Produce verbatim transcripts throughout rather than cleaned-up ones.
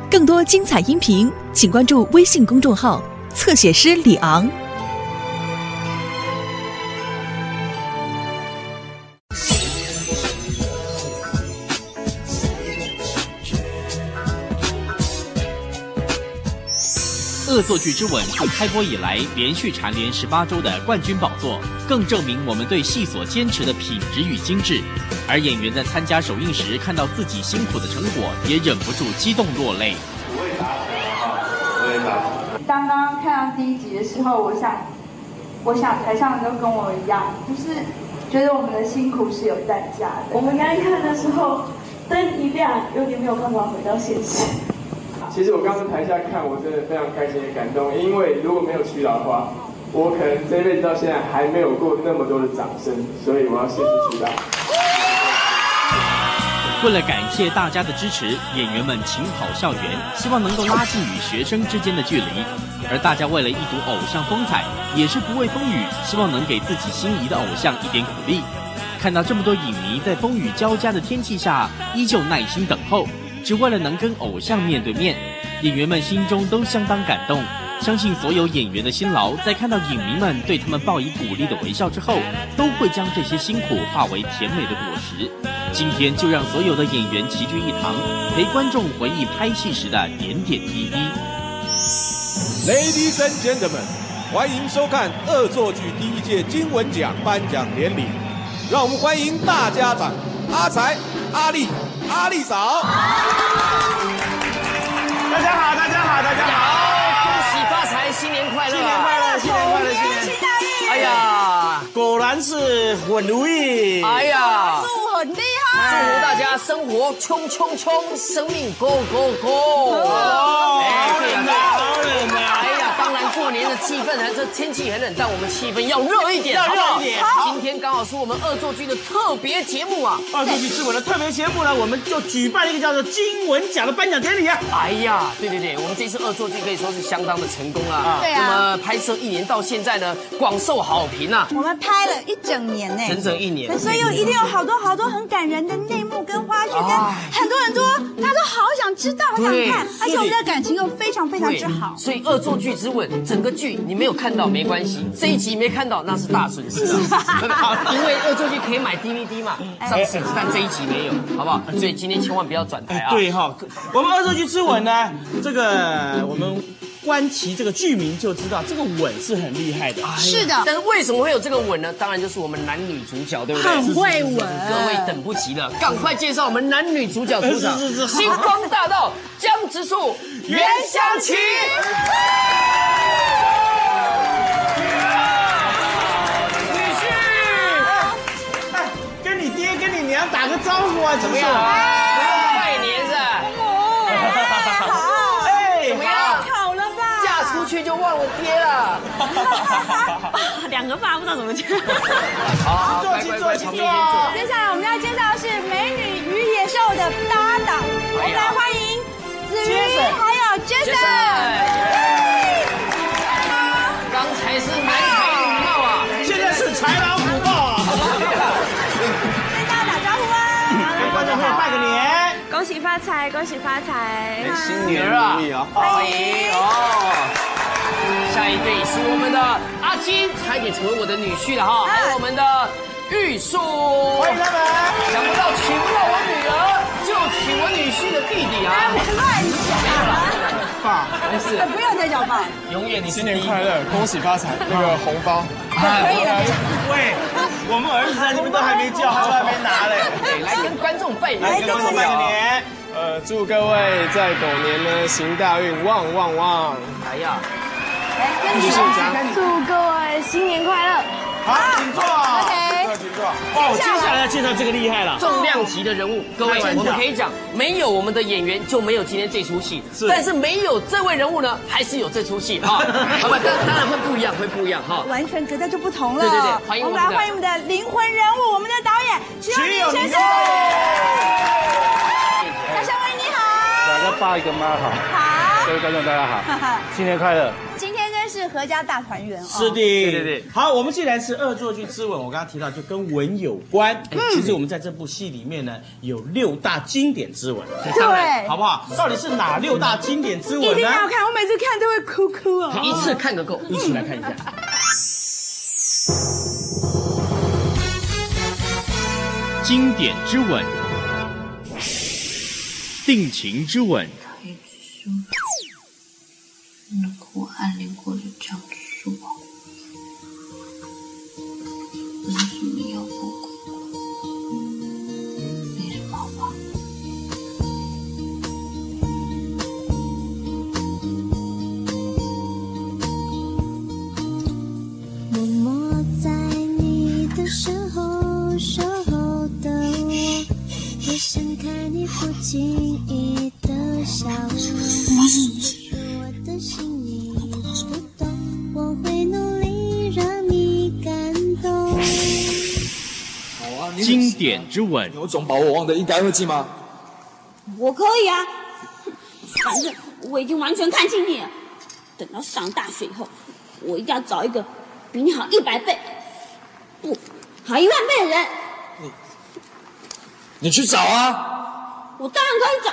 更多精彩音频，请关注微信公众号“侧写师李昂”。 《恶作剧之吻》自开播以来，连续蝉联十八周的冠军宝座，更证明我们对戏所坚持的品质与精致。而演员在参加首映时，看到自己辛苦的成果，也忍不住激动落泪。 我会达成哈，我会达成。 刚刚看到第一集的时候，我想，我想台上的都跟我一样，就是觉得我们的辛苦是有代价的。 我们刚一看的时候，灯一亮，有点没有办法回到现实。 其实我刚刚台下看，我真的非常开心也感动，因为如果没有曲导的话，我可能这辈子到现在还没有过那么多的掌声，所以我要谢谢曲导。 为了感谢大家的支持，演员们勤跑校园，希望能够拉近与学生之间的距离。而大家为了一睹偶像风采，也是不畏风雨，希望能给自己心仪的偶像一点鼓励。看到这么多影迷在风雨交加的天气下，依旧耐心等候，只为了能跟偶像面对面，演员们心中都相当感动。相信所有演员的辛劳，在看到影迷们对他们报以鼓励的微笑之后，都会将这些辛苦化为甜美的果实。今天就让所有的演员齐聚一堂，陪观众回忆拍戏时的点点滴滴。 Ladies and gentlemen， 欢迎收看《恶作剧》第一届金文奖颁奖典礼。让我们欢迎大家长阿财、阿丽、阿丽嫂。 大家好，大家好，大家好！ 恭喜发财，新年快乐！ 新年快乐，新年快乐，新年！ 哎呀， 果然是很如意！ 哎呀， 祝很厉害！ 祝福大家生活冲冲冲，生命 go go go！ 哦，好冷啊，好冷啊！ 哎呀，当然过年的气氛，这天气很冷，但我们气氛要热一点， 要热一点。 今天刚好是我们恶作剧的特别节目啊！ 恶作剧之吻的特别节目呢，我们就举办一个叫做金文奖的颁奖典礼啊！ 哎呀，对对对，我们这次恶作剧可以说是相当的成功啊！ 对啊。 那么拍摄一年到现在呢，广受好评啊！ 我们拍了一整年呢， 整整一年， 所以有一定有好多好多很感人的内幕跟花絮，跟很多很多大家都好想知道，好想看，而且我们的感情又非常非常之好。 所以恶作剧之吻整个剧你没有看到没关系，这一集没看到那是大损失啊！因为恶作剧可以买 D V D 嘛，上市，但这一集没有，好不好？所以今天千万不要转台啊！ 对哈，我们恶作剧之吻呢，这个我们观其这个剧名就知道，这个吻是很厉害的。 是的， 但是为什么会有这个吻呢？当然就是我们男女主角，对不对？ 很会吻， 各位等不及了，赶快介绍我们男女主角出场。 是是是， 星光大道江直树、袁湘琴。 打个招呼啊， 怎么样？拜年是吧？ 好， 哎，怎么样？ 好了吧？ 嫁出去就忘了爹了。 两个爸不知道怎么讲。 好， 坐，请坐，请坐。 接下来我们要介绍的是《美女与野兽》的搭档，我们来欢迎子瑜还有 Jason。 刚才是男才女貌啊， 现在是豺狼虎豹啊！观众朋友拜个年， 恭喜发财，恭喜发财！ 新年如意啊！ 欢迎哦！下一对是我们的阿金，差一点成为我的女婿了哈，还有我们的玉树， 欢迎他们！ 想不到娶不到我女儿，就娶我女婿的弟弟啊！ 乱讲！ 爸， 没事， 不用再讲爸， 永远你是新年快乐，恭喜发财！那个红包， 可以了。 喂，我们儿子在，你们都还没叫，都还没拿嘞。 来跟观众拜年， 来跟观众拜个年。 呃，祝各位在狗年呢行大运，旺旺旺！ 哎呀， 继续讲， 祝各位新年快乐！ 好，请坐。 请坐。 哦，接下来要介绍这个厉害了， 重量级的人物，各位，我们可以讲，没有我们的演员就没有今天这出戏，但是没有这位人物呢，还是有这出戏哈。好吧，当当然会不一样，会不一样哈。 完全格调就不同了。 对对对，欢迎我们来欢迎我们的灵魂人物，我们的导演徐永宁先生。大家为你好。 大家爸一个妈好。 好。 各位观众大家好，新年快乐。 今天真是阖家大团圆哦。 是的，对对对。好，我们既然是恶作剧之吻，我刚刚提到就跟吻有关。嗯，其实我们在这部戏里面呢，有六大经典之吻， 对， 好不好？到底是哪六大经典之吻呢？ 一定要看，我每次看都会哭哭哦。 一次看个够， 一起来看一下。 经典之吻，定情之吻。 可以说，如果我暗恋过的这样说，为什么要不哭？没什么吧。默默在你的身后守候的我，也想看你不经意的笑容。我的心你不懂，我会努力让你感动。 好啊， 经典之吻， 有种把我忘得一干二净吗？ 我可以啊，反正我已经完全看清你了。等到上大学以后，我一定要找一个比你好一百倍，不，好一万倍的人。 你，你去找啊！ 我当然可以找。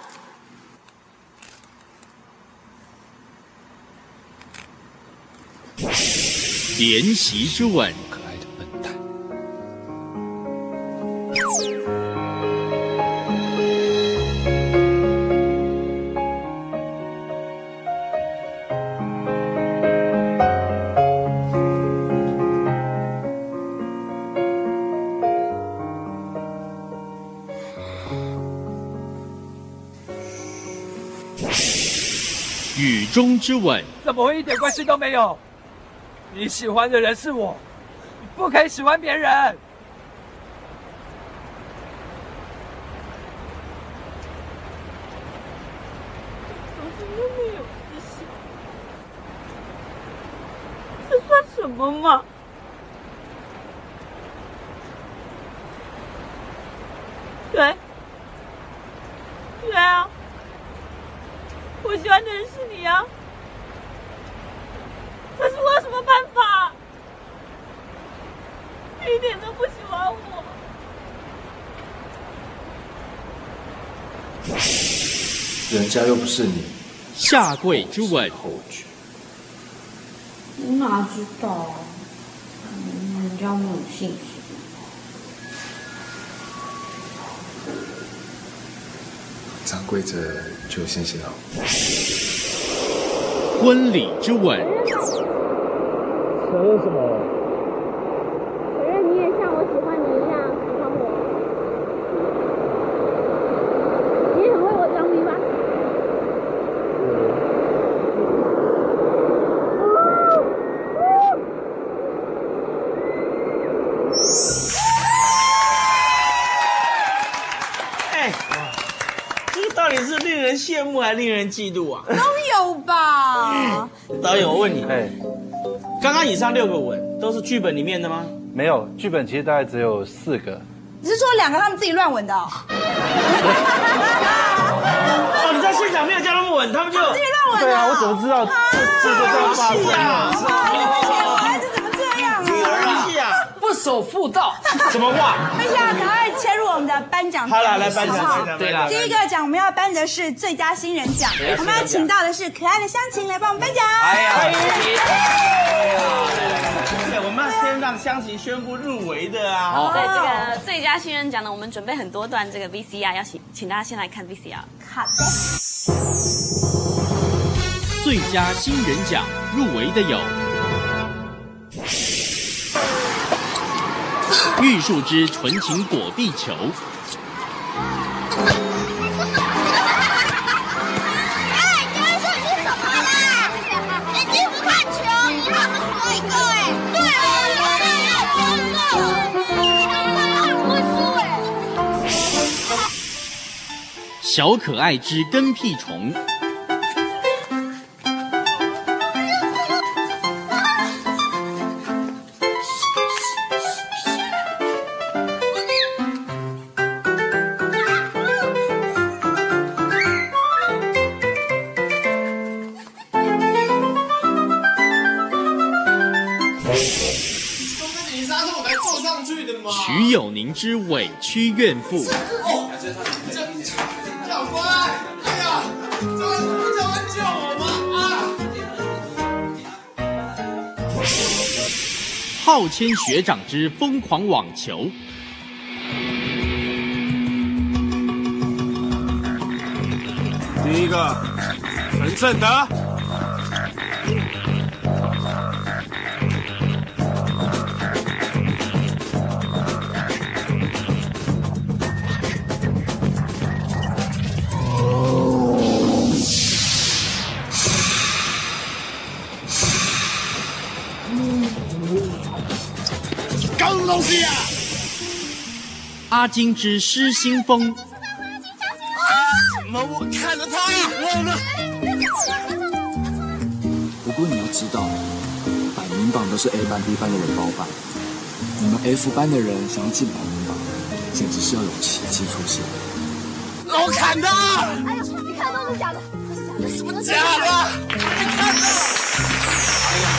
怜惜之吻， 可爱的笨蛋。 雨中之吻， 怎么会一点关系都没有？你喜欢的人是我，你不可以喜欢别人。 总是那么有自信，这算什么嘛？对，对啊，我喜欢的人是你啊。可是我有什么办法？你一点都不喜欢我。 人家又不是你。 下跪之吻， 我哪知道啊？嗯，人家没有信心。 张规则就先写好。 婚礼之吻， 扯什么？ 可是你也像我喜欢你一样喜欢我，你也很为我着迷吧？ 哎，这个到底是令人羡慕还是令人嫉妒啊？ 都有吧。 导演，我问你， 哎， 刚刚以上六个吻都是剧本里面的吗？ 没有，剧本其实大概只有四个。 你是说两个他们自己乱吻的哦？ 哦，你在现场没有叫他们吻，他们就自己乱吻。 对啊，我怎么知道这这个这样发生啊？ 我孩子怎么这样啊？ 女儿戏啊， 不守妇道， 什么话？ 等一下，赶快切入我们的颁奖。 好了，来颁奖， 对了， 第一个奖我们要颁的是最佳新人奖，我们要请到的是可爱的湘琴来帮我们颁奖。 哎呀， 对，我们要先让湘琴宣布入围的啊。 好，对这个最佳新人奖呢，我们准备很多段这个 V C R， 要请请大家先来看 V C R。 好的。 最佳新人奖入围的有玉树之纯情躲避球， 哎，刚刚说你是什么啦？你一直看球，你让我们说一个哎。对啊，我也要真的，会输哎。 小可爱之跟屁虫。 徐有宁之委屈怨妇。 教官，哎呀，教官教官救我们啊！ 浩谦学长之疯狂网球。 第一个，陈胜德。 搞什么东西呀、啊？ 阿金之失心疯。 怎么我看着他呀？我呢？ 不过你要知道，百名榜都是 A 班、B 班的人包办，你们 F 班的人想要进百名榜，简直是要有奇迹出现。 老砍的！ 哎呀，你看都是假的， 什么假的？你看的！哎呀！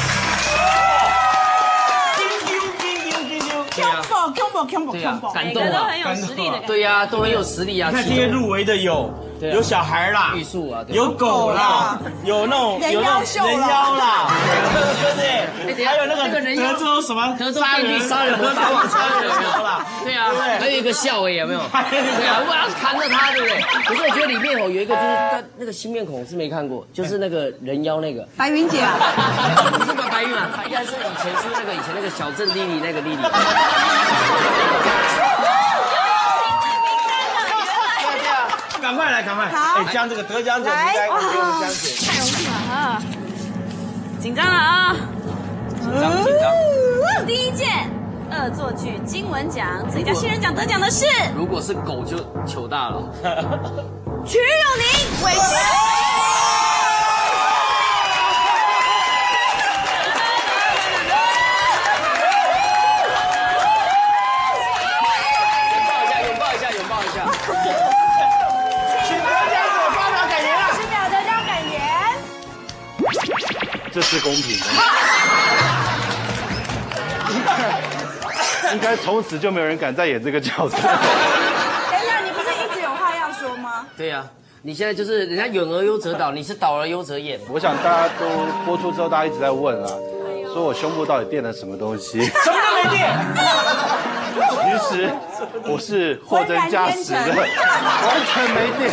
对呀，感动啊， 每个都很有实力的感觉。 对呀，都很有实力啊。 你看这些入围的有有小孩啦， 玉树啊， 有狗啦，有那种有那种人妖啦，对不对？还有那个德州什么德州电锯杀人魔打网杀人啦，对啊，还有一个笑诶，有没有？对啊，我要扛着他，对不对？可是我觉得里面哦有一个就是他那个新面孔是没看过，就是那个人妖那个白云姐啊， 不是白云啊，她应该是以前是那个以前那个小镇莉莉那个莉莉。 赶快来，赶快！哎，将这个得奖者名单给我们讲解。 太荣幸了啊！紧张了啊！ 紧张紧张。 第一届恶作剧金文奖最佳新人奖得奖的是， 如果是狗就糗大了。 徐有宁，委屈。 拥抱一下，拥抱一下，拥抱一下。 这是公平的。应该从此就没有人敢再演这个角色。 等一下，你不是一直有话要说吗？ 对呀、啊，你现在就是人家远而优则导，你是导而优则演。 我想大家都播出之后，大家一直在问啊，说我胸部到底垫了什么东西？ 什么都没垫。 其实我是货真价实的，完全没垫。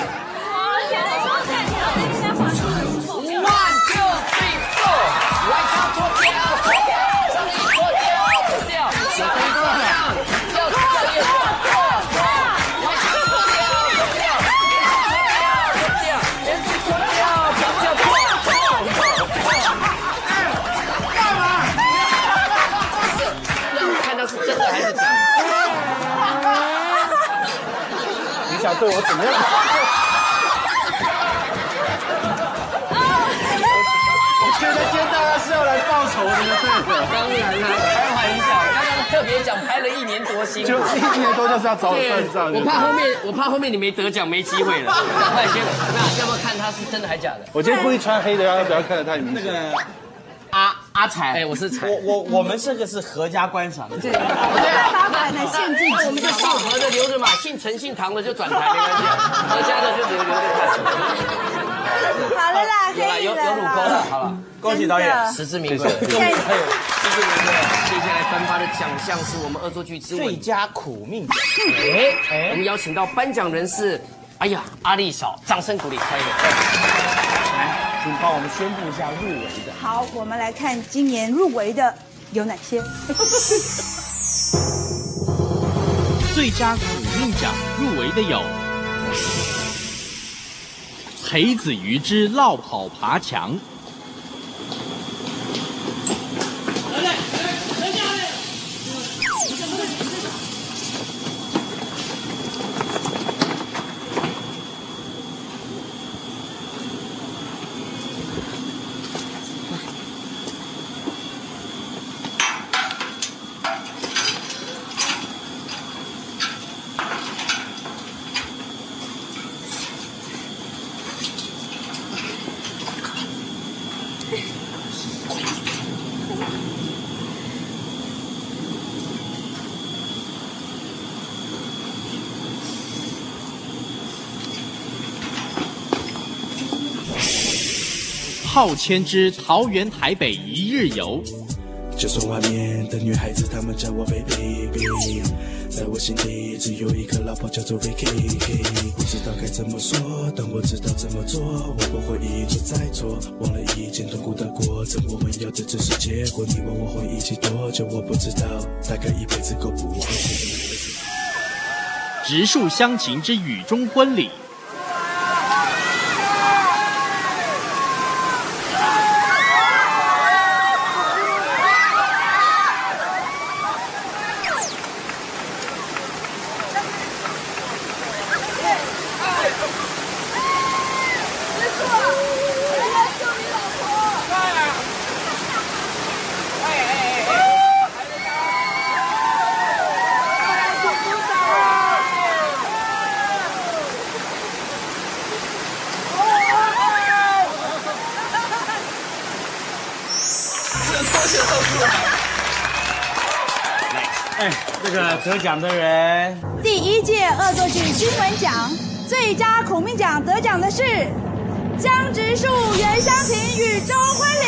想对我怎么样？我觉得今天大家是要来报仇的，对的。 当然了，开玩笑，刚刚特别奖拍了一年多薪， 就一年多就是要找我算账。 我怕后面，我怕后面你没得奖没机会了。快先，那要不要看他是真的还假的？ 我今天故意穿黑的，要不要看得太明显？ 那个阿阿才， 哎，我是才， 我我我们这个是合家观赏的， 对，对，把本来限制， 我们就姓何的留着嘛，姓陈姓唐的就转台没关系，合家的就留留着看。 好了啦， 有了有有乳沟了，好了， 恭喜导演， 实至名归，实至名归。接下来颁发的奖项是我们恶作剧之吻最佳苦命奖。 哎，我们邀请到颁奖人是，哎呀，阿丽嫂，掌声鼓励，欢迎。 来，请帮我们宣布一下入围的。 好，我们来看今年入围的有哪些。 最佳苦命奖入围的有裴子瑜之绕跑爬墙。 浩谦之桃园台北一日游。 就算外面的女孩子她们叫我 baby， 在我心里只有一个老婆叫做 Vicky。 不知道该怎么说，但我知道怎么做，我不会一错再错，忘了一件痛苦的过程，我们要的只是结果。你问我会一起多久，我不知道，大概一辈子够不会。 植树乡情之雨中婚礼。 哎，这个得奖的人， 第一届恶作剧新闻奖最佳苦命奖得奖的是江直树袁湘琴雨中婚礼。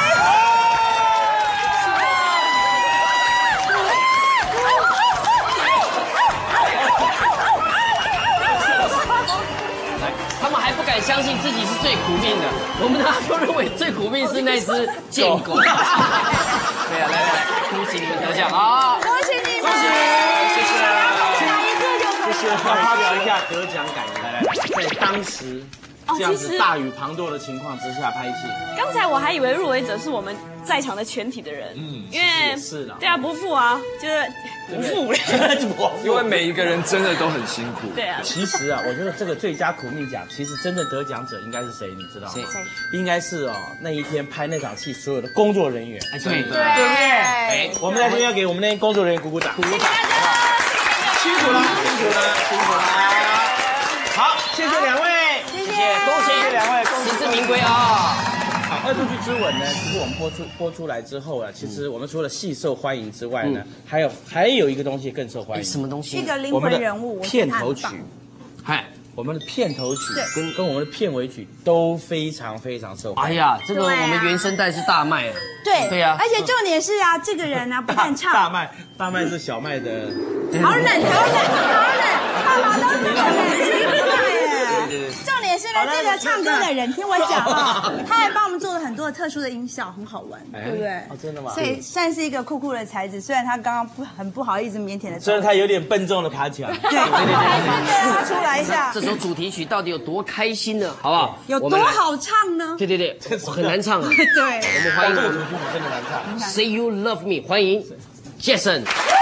他们还不敢相信自己是最苦命的，我们大家都认为最苦命是那只贱狗。对啊，来来来，恭喜你们得奖啊！ 恭喜你们！ 恭喜！谢谢啊！ 下一个就可以。 谢谢，要发表一下得奖感言。来来，在当时这样子大雨滂沱的情况之下拍戏。 刚才我还以为入围者是我们在场的全体的人，嗯，因为是的， 对啊，不负啊，就是不负了， 因为每一个人真的都很辛苦。 对啊， 其实啊，我觉得这个最佳苦命奖，其实真正得奖者应该是谁，你知道吗？ 谁？ 应该是哦，那一天拍那场戏所有的工作人员。 哎，对对不对？哎，我们在这边要给我们那些工作人员鼓鼓掌，鼓鼓掌，辛苦了，辛苦了，辛苦了。好，谢谢两位， 谢谢，恭喜两位，实至名归啊！ 好，《恶作剧之吻》呢，其实我们播出播出来之后啊，其实我们除了戏受欢迎之外呢，还有还有一个东西更受欢迎， 什么东西？ 一个灵魂人物， 片头曲，嗨，我们的片头曲跟跟我们的片尾曲都非常非常受欢迎。 哎呀，这个我们原声带是大卖啊。 对对呀， 而且重点是啊，这个人呢不但唱大麦，大麦是小麦的， 好冷，好冷，好冷，好冷，好冷。重点是呢，这个唱歌的人，听我讲啊，他还帮我们做了很多的特殊的音效，很好玩，对不对？ 哦，真的吗？ 所以算是一个酷酷的才子，虽然他刚刚不很不好意思腼腆的， 虽然他有点笨重的爬墙， 对对对对，让他出来一下。 这首主题曲到底有多开心呢？好不好？ 有多好唱呢？ 对对对，很难唱啊。 对， 我们欢迎这个主题曲真的难唱。 Say You Love Me， 欢迎 Jason。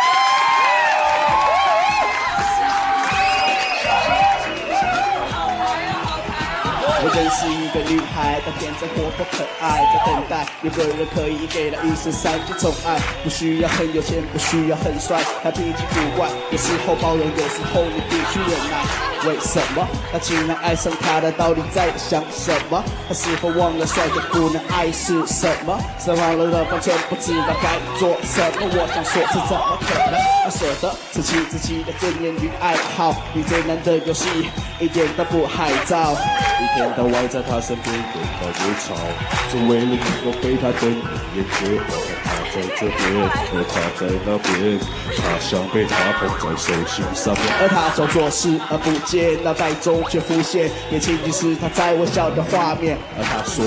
我认识一个女孩，她天真活泼可爱，在等待有个人可以给她一生三千宠爱，不需要很有钱，不需要很帅，她脾气古怪，有时候包容，有时候你必须忍耐。为什么她竟然爱上他的到底在想什么？她是否忘了帅的不能爱是什么？失望了的方寸不知道该做什么。我想说，这怎么可能？不舍得舍弃自己的尊严与爱好，你最难的游戏一点都不害臊。一天到晚在他身边跟他热吵，只为了能够被他瞪眼睛。他在这边，而他在那边，他想被他捧在手心上面，而他装作视而不见，脑袋中却浮现也仅仅是他在我笑的画面。而他说。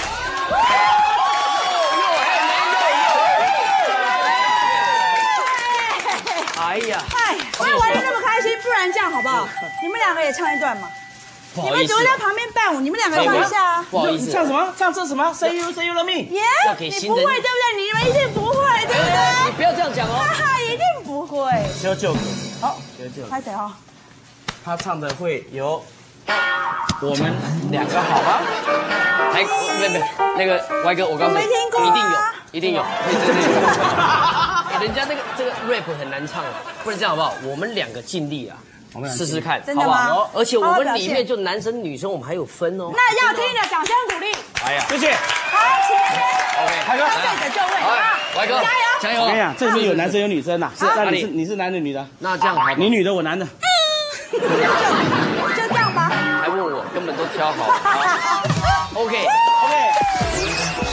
哎呀， 哎，我也玩得那么开心，不然这样好不好？你们两个也唱一段嘛。你们只会在旁边伴舞，你们两个唱一下啊。 不好意思， 唱什么？唱这什么 ？Say you, say you love me。 耶，你不会对不对？你们一定不会，对不对？ 你不要这样讲哦。 哈哈，一定不会。 修旧歌， 好， 修旧。 拍谁哈？ 他唱的会有我们两个好吗？ 还没没那个歪哥，我告诉你， 没听过， 一定有，一定有，真的有。人家那个这个 rap 很难唱啊，不然这样好不好？我们两个尽力啊。试试看， 真的吗？ 而且我们里面就男生女生，我们还有分哦。 那要听的掌声鼓励。 哎呀， 谢谢。 好，请 OK， 海哥，对着就位啊， 歪哥， 加油， 加油！ 我跟你讲，这里面有男生有女生呐。 是， 那你是你是男的女的？ 那这样好， 你女的我男的。 就这样吧。 还问我，根本都知挑好，好 ，OK OK。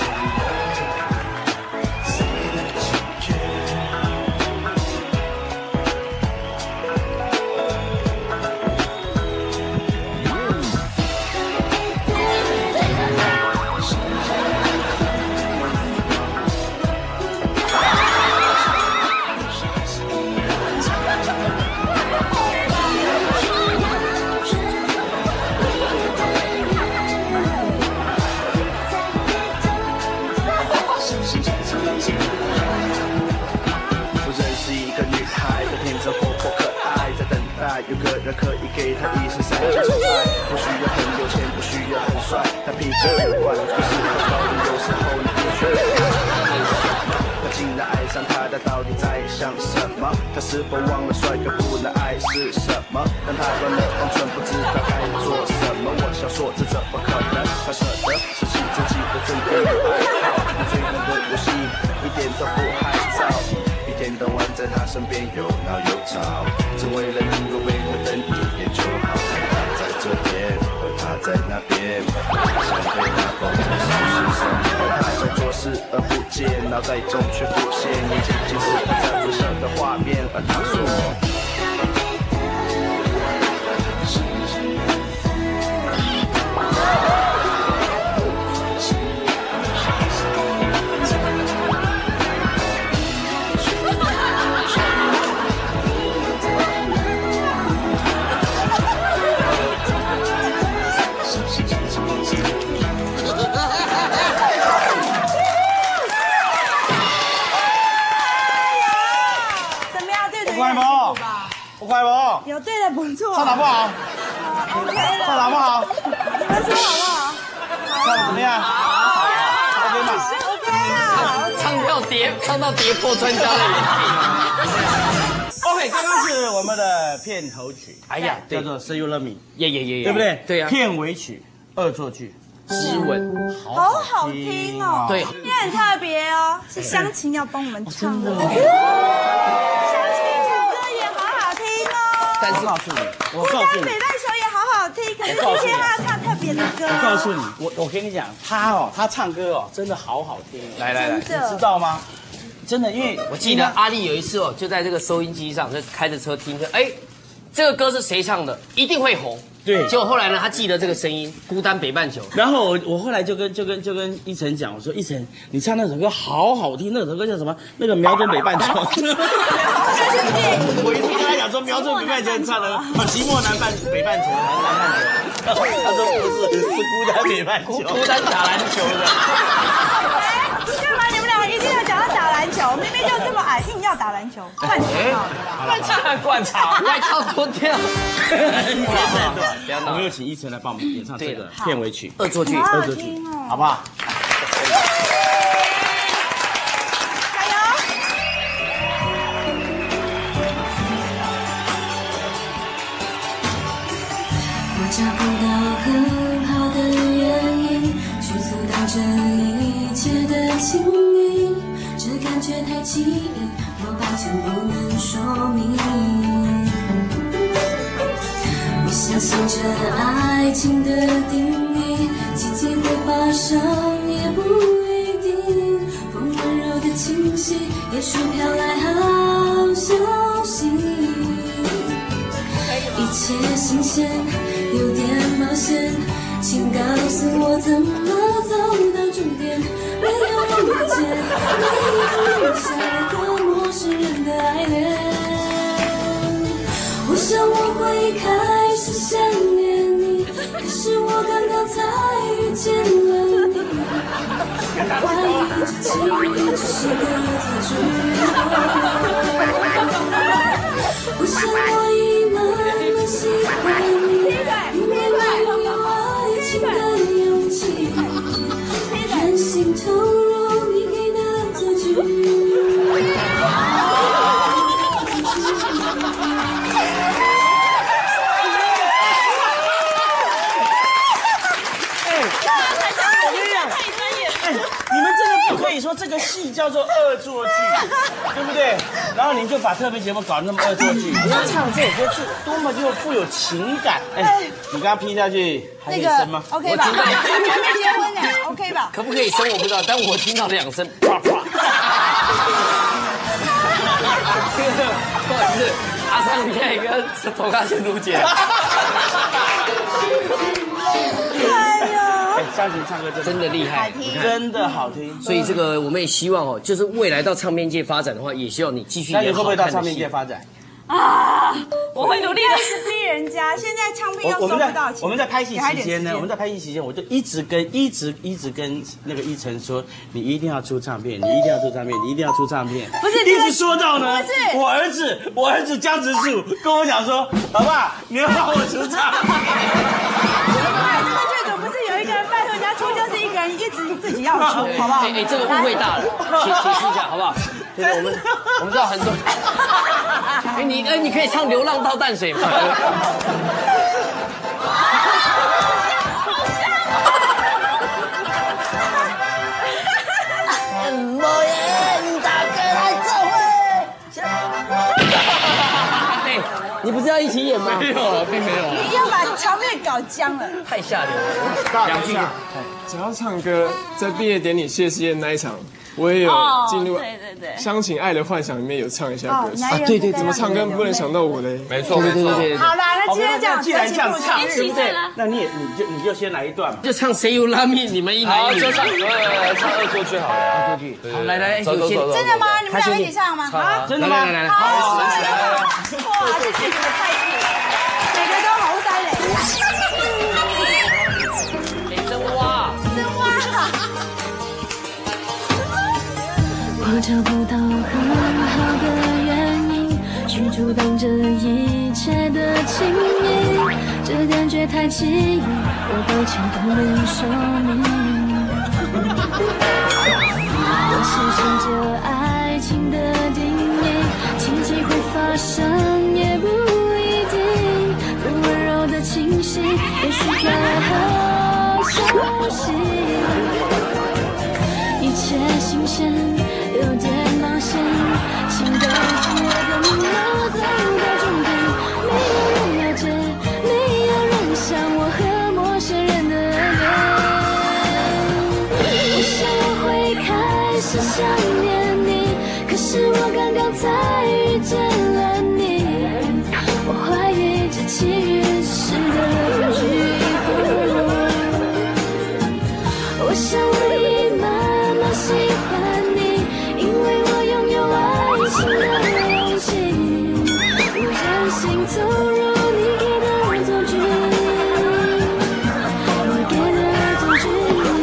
有个人可以给他一生三千宠爱，不需要很有钱，不需要很帅，他脾气很怪，不是很高的，有时候你必须他竟然爱上他，他到底在想什么？他是否忘了帅哥不能爱是什么？当他乱了方寸，不知道该做什么。我想说这怎么可能？他舍得舍弃自己的真正爱好，你最难的游戏一点都不害臊。一天到晚在他身边有闹有吵，只为了能够被他瞪一眼就好。他在这边，而他在那边，想被他抱在手心上，而他在做事而不见，脑袋中却浮现一件件事他在微笑的画面，而他说。 不快不？ 有对的不错。 唱得不好 ？OK 了。 唱得不好？ 你们说好不好？ 唱得怎么样 ？OK 吗 ？OK 啊。 唱到跌，唱到跌破专家的眼镜。OK， 刚刚是我们的片头曲， 哎呀， 叫做《Say You Love Me》， 耶耶耶， 对不对？ 对呀。 片尾曲恶作剧之吻， 好好听哦。 对， 今天很特别哦，是湘琴要帮我们唱的。 但是告诉你，我告诉你， 北半球也好好听，可是今天他要唱特别的歌。 我告诉你，我我跟你讲，他哦，他唱歌哦，真的好好听。 来来来， 你知道吗？真的，因为我记得阿丽有一次哦，就在这个收音机上，就开着车听着，哎，这个歌是谁唱的？一定会红。 对， 结果后来呢，他记得这个声音，《孤单北半球》。 然后我我后来就跟就跟就跟依晨讲，我说依晨，你唱那首歌好好听，那首歌叫什么？那个瞄准北半球。我一听跟他讲说瞄准北半球，你唱的寂寞南半北半球还是南半球？他说不是，是孤单北半球， 孤单打篮球的。 干嘛你们两个一定要讲到打篮球？明明就这么矮，硬要打篮球，灌肠好灌肠灌肠，外套脱掉。 我们有请依晨来帮我们演唱这个片尾曲恶作剧， 恶作剧，好不好？ 加油！ 我找不到很好的原因去阻挡这一切的情谊，这感觉太奇异，我抱歉不能说明。我相信这爱情的定义，奇迹会发生也不一定。风温柔的气息，也许飘来好消息。一切新鲜，有点冒险，请告诉我怎么走到终点。没有误解，没有留下个陌生人的爱恋。我想我会开始想念你，可是我刚刚才遇见了你。怀疑这情谊只是个恶作剧。我想我已慢慢喜欢你，因为我拥有爱情的勇气，甘心投入你给的恶作剧。 你们真的不可以以说这个戏叫做恶作剧，对不对？然后您就把特别节目搞得那么恶作剧，你要唱这首歌是多么就富有情感。哎，你刚刚劈下去还可以生吗 ？OK 吧？还没结婚呢 ，OK 吧？ 可不可以生我不知道，但我听到两声啪啪。不好意思，阿三你看一个头卡先卢姐。 哎呦！ 哎，湘琴唱歌真的真的厉害， 真的好听。 所以这个我们也希望哦，就是未来到唱片界发展的话，也希望你继续那你演好看的戏。 会不会到唱片界发展？ 啊，我会努力的。 是逼人家，现在唱片又收我们在不到钱。 我们在拍戏期间呢，我们在拍戏期间，我就一直跟一直一直跟那个依晨说，你一定要出唱片，你一定要出唱片，你一定要出唱片。 不是， 一直说到呢， 不是我儿子，我儿子江直树跟我讲说，老爸，你要帮我出唱片。 这个剧组不是有一个人拜托人家出，就是一个人一直自己要出，好不好？ 哎哎，这个误会大了，解解释一下好不好？就是我们我们知道很多，哎你哎你可以唱《流浪到淡水》吗？你不是要一起演吗？ 没有啊，并没有。 你要把场面搞僵了， 太下流了。 两句，讲到唱歌，在毕业典礼谢师宴那一场，我也有进入《 对对对， 湘琴爱的幻想》里面有唱一下歌。 啊， 对对，怎么唱歌不能想到我嘞？ 没错没错。 好啦，那今天这样， 既然这样唱， 对不对？ 那你也你就你就先来一段嘛， 就唱《谁有拉面》，你们一男一女。 就唱呃唱恶作剧好了。 恶作剧。好，来来，有先。 真的吗？你们俩一起唱吗？ 啊， 真的吗？ 来来来， 好，哇，这剧组的态度，每个都好塞嘞。 哎，真挖， 真挖。 我找不到很好的原因去阻挡这一切的情谊，这感觉太奇异，我抱歉不能说明。我相信这爱情的定义，奇迹会发生也不一定，不温柔的清晰，也许刚好熟悉，一切新鲜。有点冒险，请告诉我怎么走到终点。没有人了解，没有人像我和陌生人的脸。我想我会开始想念你，可是我刚刚才遇见了你。我怀疑这奇遇是个句号。我想我已慢慢喜欢你。因为我拥有爱情的勇气，我真心投入你给的恶作剧，你给的恶作剧。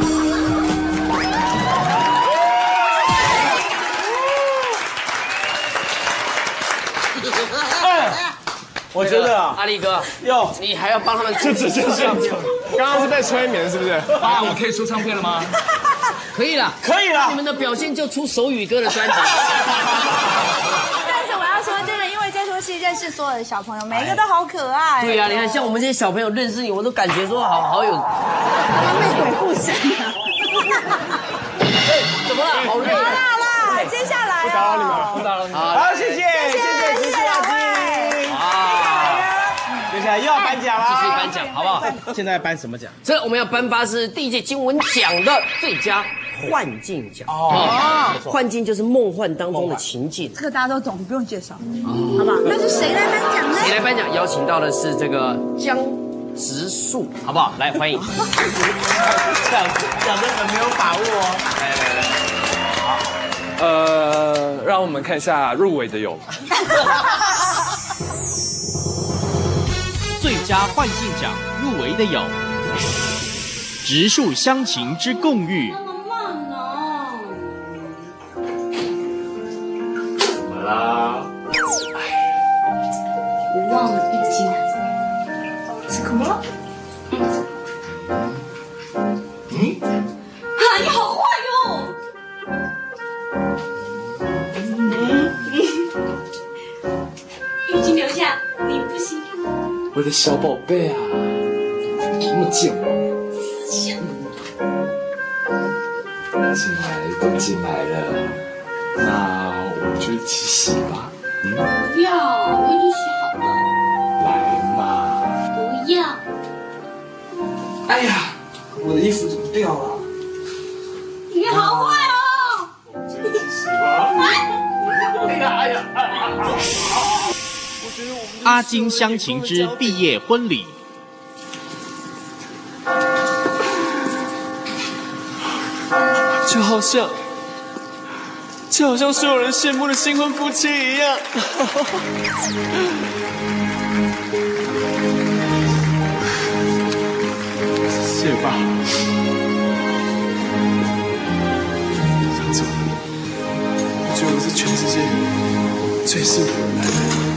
哎，我觉得啊， 阿力哥， 哟， 你还要帮他们这这这这，刚刚是被催眠是不是？ 啊，我可以出唱片了吗？ 可以了， 可以了， 你们的表现就出手语歌的专辑。 但是我要说真的，因为这出戏认识所有的小朋友，每一个都好可爱。 对呀、啊，你看像我们这些小朋友认识你，我都感觉说好好有。 被鬼附身了。 怎么了？好累。 好啦好啦，接下来不打扰你们， 不打扰你们。 好，谢谢谢谢谢谢阿金。接下来又要颁奖了， 继续颁奖，好不好？ 现在颁什么奖？ 这我们要颁发是第一届金文奖的最佳幻境奖。哦，幻境就是梦幻当中的情境。 这个大家都懂，你不用介绍，好不好？那是谁来颁奖呢？ 谁来颁奖？邀请到的是这个江直树，好不好？来欢迎。 讲讲的很没有把握哦。来来来， 好，呃，让我们看一下入围的有。 最佳幻境奖入围的有《植树乡情之共遇》。 怎么啦？ 我忘了浴巾了，吃苦了。嗯，啊，你好坏哟！浴巾留下，你不行。 我的小宝贝啊，这么紧哦。 进来都进来了，那我们就一起洗吧。嗯， 不要，我已经洗好了。 来嘛。 不要。 哎呀，我的衣服怎么掉了？ 你好坏哦！ 洗吧。哎呀哎呀！ 阿金相情之毕业婚礼。 就好像，就好像所有人羡慕的新婚夫妻一样。 谢爸， 上次我觉得我是全世界最幸福的男人。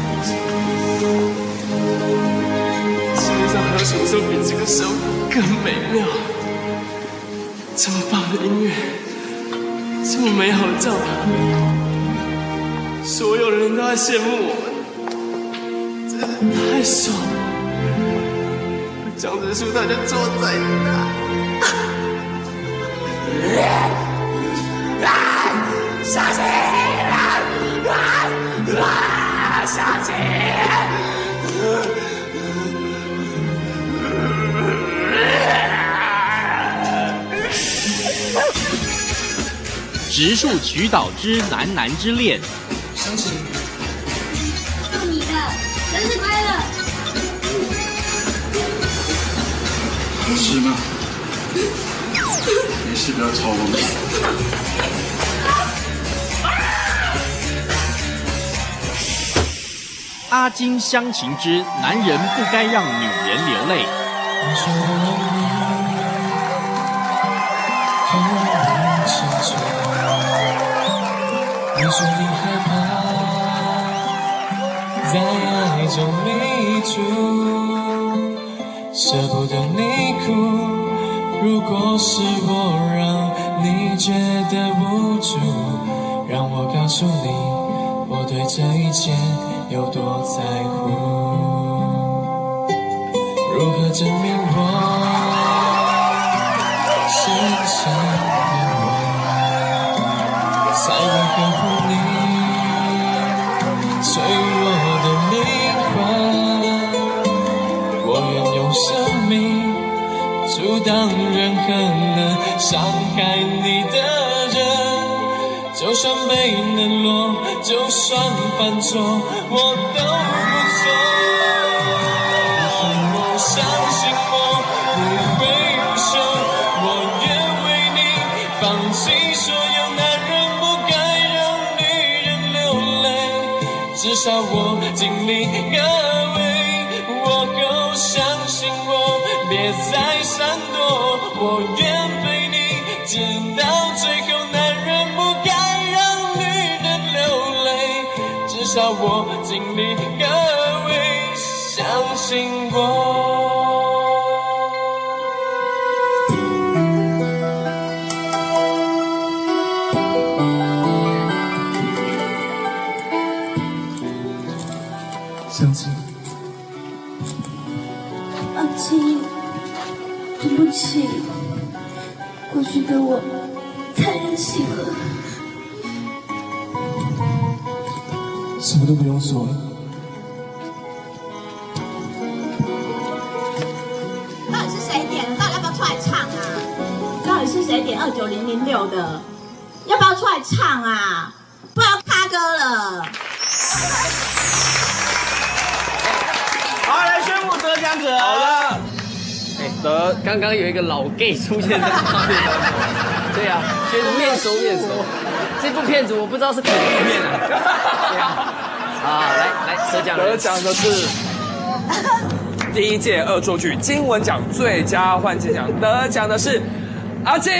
世界上还有什么时候比这个时候更美妙？这么棒的音乐，这么美好的教堂，所有的人都在羡慕我们，真是太爽了！蒋直树他就坐在那， 小姐，小姐。 植树曲岛之男男之恋。 相信祝你的生日快乐！ 好吃吗？没事，不要吵我们。 阿金相情之男人不该让女人流泪。 你说你害怕在爱中迷住，舍不得你哭。如果是我让你觉得无助，让我告诉你，我对这一切有多在乎。如何证明我深深爱我，才会呵护你脆弱的灵魂？我愿用生命阻挡任何能伤害你的人，就算被冷落，就算犯错，我都不错。我相信我，你会优秀，我愿为你放弃所有男人不该让女人流泪，至少我尽力而为。我够相信我，别再闪躲，我愿陪你直到最后，男人不该让女人流泪，至少我尽力而为，相信我。相信阿金，对不起，过去的我太任性了。 什么都不用说了。 到底是谁点的？到底要不要出来唱啊？到底是谁点二九零零六的？要不要出来唱啊？不然要卡歌了。 好，来宣布得奖者。 好的。哎，得，刚刚有一个老 gay 出现在画面当中。对啊，觉得面熟面熟。这部片子我不知道是恐怖片啊。对啊。啊，来来，得奖得奖的是第一届恶作剧金文奖最佳换季奖，得奖的是阿金。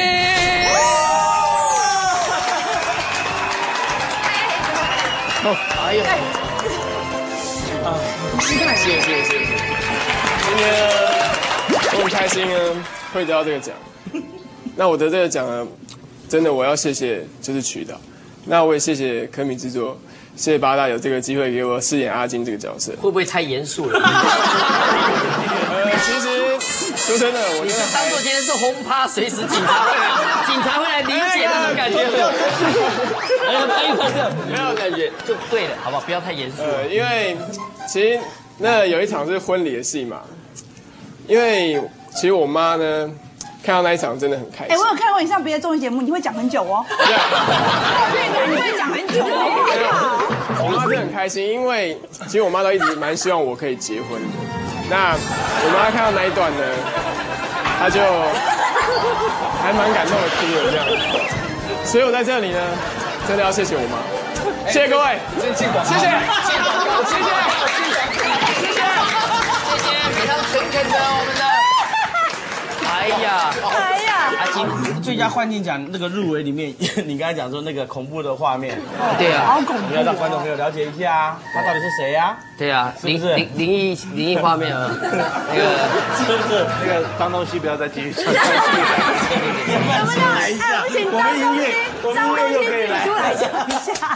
哦，哎呦。 啊，谢谢谢谢谢谢。今天我很开心呢，会得到这个奖。那我得这个奖呢，真的我要谢谢就是曲导，那我也谢谢科米制作，谢谢八大有这个机会给我饰演阿金这个角色。 会不会太严肃了？ 呃，其实除说真的，我你真的当做今天是轰趴，随时警察会来，警察会来理解那种感觉。哎呀，拍一拍这没有感觉就对了，好不好？不要太严肃。 呃，因为其实那有一场是婚礼的戏嘛，因为其实我妈呢看到那一场真的很开心。 哎，我有看过你上别的综艺节目，你会讲很久哦。对，你会讲很久哦。 我妈真的很开心，因为其实我妈都一直蛮希望我可以结婚的。那我妈看到那一段呢，她就还蛮感动的哭了这样。所以我在这里呢，真的要谢谢我妈，谢谢各位，谢谢，谢谢，谢谢，谢谢，谢谢， 谢谢非常诚恳的我们的。哎呀， 哎呀， 阿金最佳幻境奖那个入围里面，你刚才讲说那个恐怖的画面， 对啊， 好恐怖， 要让观众朋友了解一下啊，他到底是谁呀？ 对啊，灵灵灵异灵异画面啊，那个是不是那个脏东西不要再继续传下去了？ 怎么样？哎，不行，脏东西，脏东西自己出来讲一下。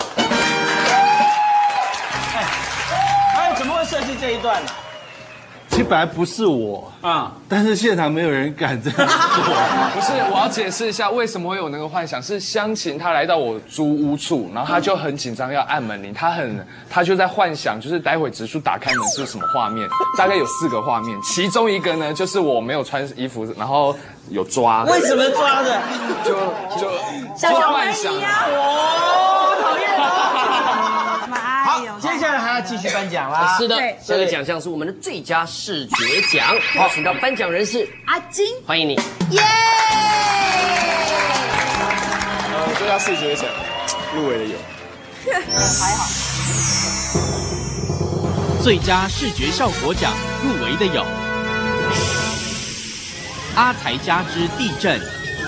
哎，怎么会设计这一段呢？ 其实本来不是我啊，但是现场没有人敢这样做。 不是，我要解释一下为什么会有那个幻想，是湘琴她来到我租屋处，然后她就很紧张要按门铃，她很她就在幻想，就是待会直树打开门是什么画面，大概有四个画面，其中一个呢就是我没有穿衣服，然后有抓。 为什么抓的？ 就就像小幻想一样，哦，讨厌哦。 好，接下来还要继续颁奖啦。 是的，这个奖项是我们的最佳视觉奖，好，请到颁奖人士阿金， 欢迎你。 耶！ 呃，最佳视觉奖入围的有， 还好。 最佳视觉效果奖入围的有《阿财家之地震》。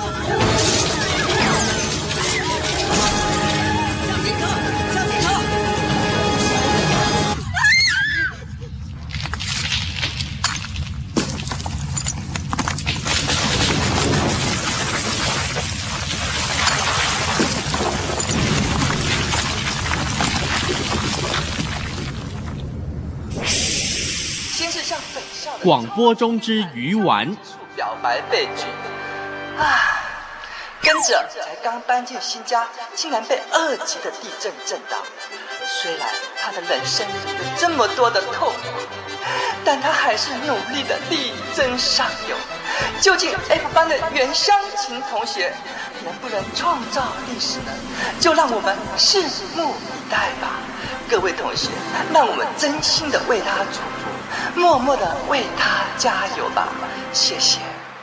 广播中之鱼丸表白被拒啊！跟着才刚搬进新家，竟然被二级的地震震到。虽然他的人生有这么多的痛苦，但他还是努力的力争上游。究竟 F 班的袁湘琴同学能不能创造历史呢？就让我们拭目以待吧。各位同学，让我们真心的为他祝福，默默的为他加油吧。谢谢。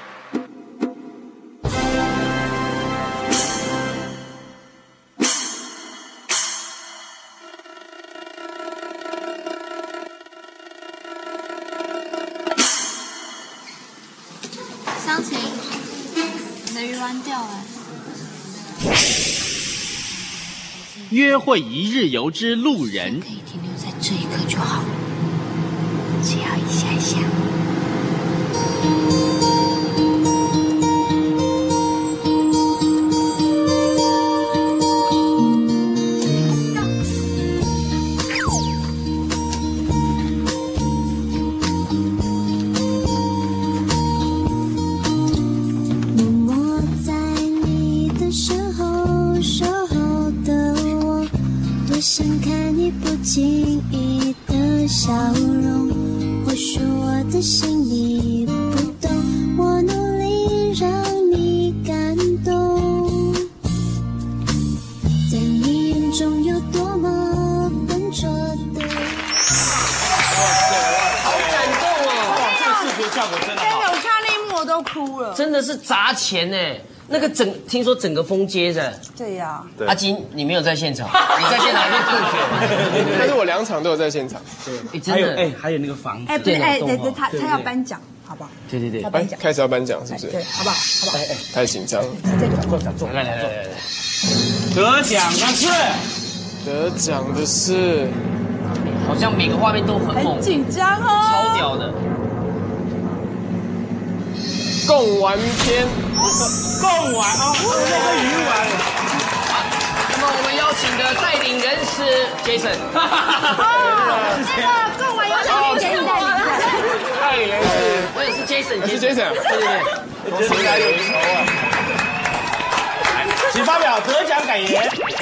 湘琴，你的鱼丸掉了。 约会一日游之路人， 可以停留在这一刻就好，只要一下下。 想看你不经意的笑容，或许我的心你不懂，我努力让你感动，在你眼中有多么笨拙的。 好感动哦！ 这个视觉效果真的好。 真的，我看那一幕我都哭了。 真的是砸钱哎！那个整听说整个封街的， 对呀。 阿金，你没有在现场，你在现场还被吐血。 但是我两场都有在现场。 对，真的哎，还有那个房子， 哎，不是，哎，对对，他他要颁奖，好不好？ 对对对， 要颁奖， 开始要颁奖是不是？ 对，好不好？好不好？ 哎哎，太紧张了。 这个坐坐坐， 来来来来来， 得奖的是， 得奖的是， 好像每个画面都很猛， 很紧张哦， 超屌的。 贡丸篇， 贡丸哦，那个鱼丸， 什么么我们邀请的带领人是 Jason。 哦，那个贡丸有请谁带领？ 带领人是， 我也是 Jason， 是 Jason。 对对对， 我们家有仇啊。 请发表得奖感言。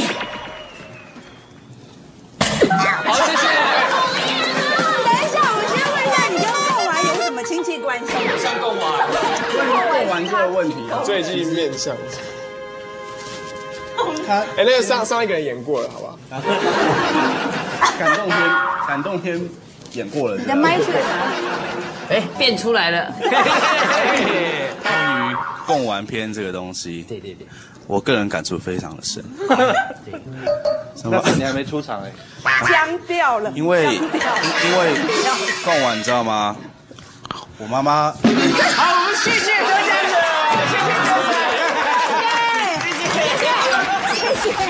好，谢谢。 等一下，我先问一下，你跟贡丸有什么亲戚关系？ 像贡丸。 贡丸这个问题， 最近面相。 他哎，那个上上一个人演过了，好不好？ 感动天，感动天演过了。 你的麦去了哎，变出来了。 关于贡丸篇这个东西， 对对对， 我个人感触非常的深。 那时你还没出场哎， 僵掉了。 因为因为贡丸，你知道吗？我妈妈。 好，我们谢谢得奖者，谢谢得奖者。谢谢。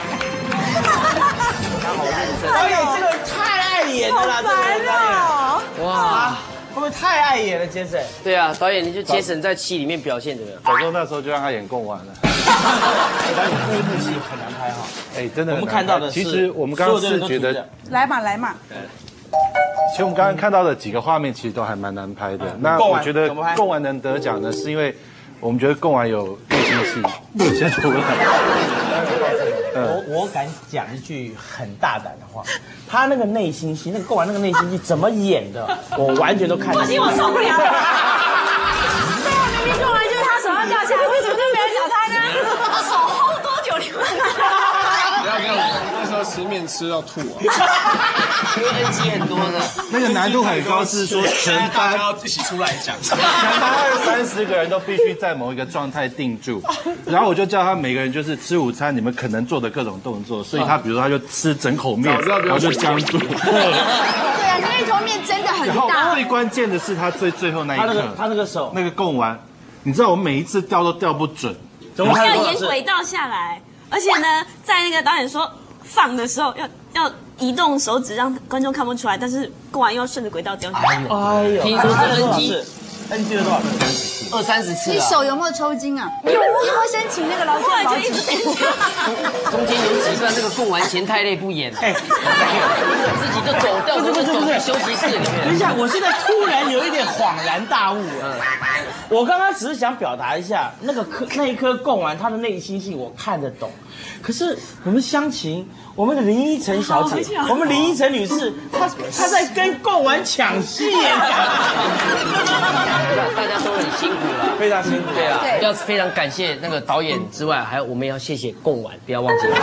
导演这个太爱演了啦，这个导演。哇，会不会太爱演了，杰森？ 对啊，导演，你就杰森在戏里面表现怎么样？ 早说那时候就让他演贡丸了。 导演那一部戏很难拍哈。 哎，真的。 我们看到的是， 其实我们刚刚是觉得， 来嘛来嘛。 其实我们刚刚看到的几个画面，其实都还蛮难拍的。那我觉得贡丸能得奖呢，是因为我们觉得贡丸有内心戏表现出来。 我我敢讲一句很大胆的话，他那个内心戏，那个贡丸那个内心戏怎么演的，我完全都看得见。 我受不了了。对啊，明明贡丸就是他手要掉下来，为什么就没人找他呢？手 hold 多久？你们？ 不要不要，那时候吃面吃到吐啊！ 因为 N G 很多的， 那个难度很高，是说全班要一起出来讲， 全班二三十个人都必须在某一个状态定住，然后我就叫他每个人就是吃午餐，你们可能做的各种动作，所以他比如说他就吃整口面，然后就僵住。 对啊，那一坨面真的很然后大。 最关键的是他最最后那一刻， 他那个他那个手那个贡丸，你知道我每一次掉都掉不准， 要沿轨道下来，而且呢，在那个导演说放的时候要要移动手指，让观众看不出来，但是贡丸又要顺着轨道掉下来。 哎呦， 听说是 N G N G 了多少次？ 二三十次你啊！ 手有没有抽筋啊？有，你有没有申请那个劳健保就一直点头。 中间有几段那个贡丸嫌太累不演，哎，自己就走掉，就走去休息室里面。 等一下，我现在突然有一点恍然大悟了。我刚刚只是想表达一下，那个颗那一颗贡丸，他的内心戏我看得懂。可是我们湘琴，我们的林依晨小姐，我们林依晨女士，她她在跟贡丸抢戏耶！ 大家都很辛苦了， 非常辛苦。 对啊，要非常感谢那个导演之外，还有我们要谢谢贡丸，不要忘记了。 恭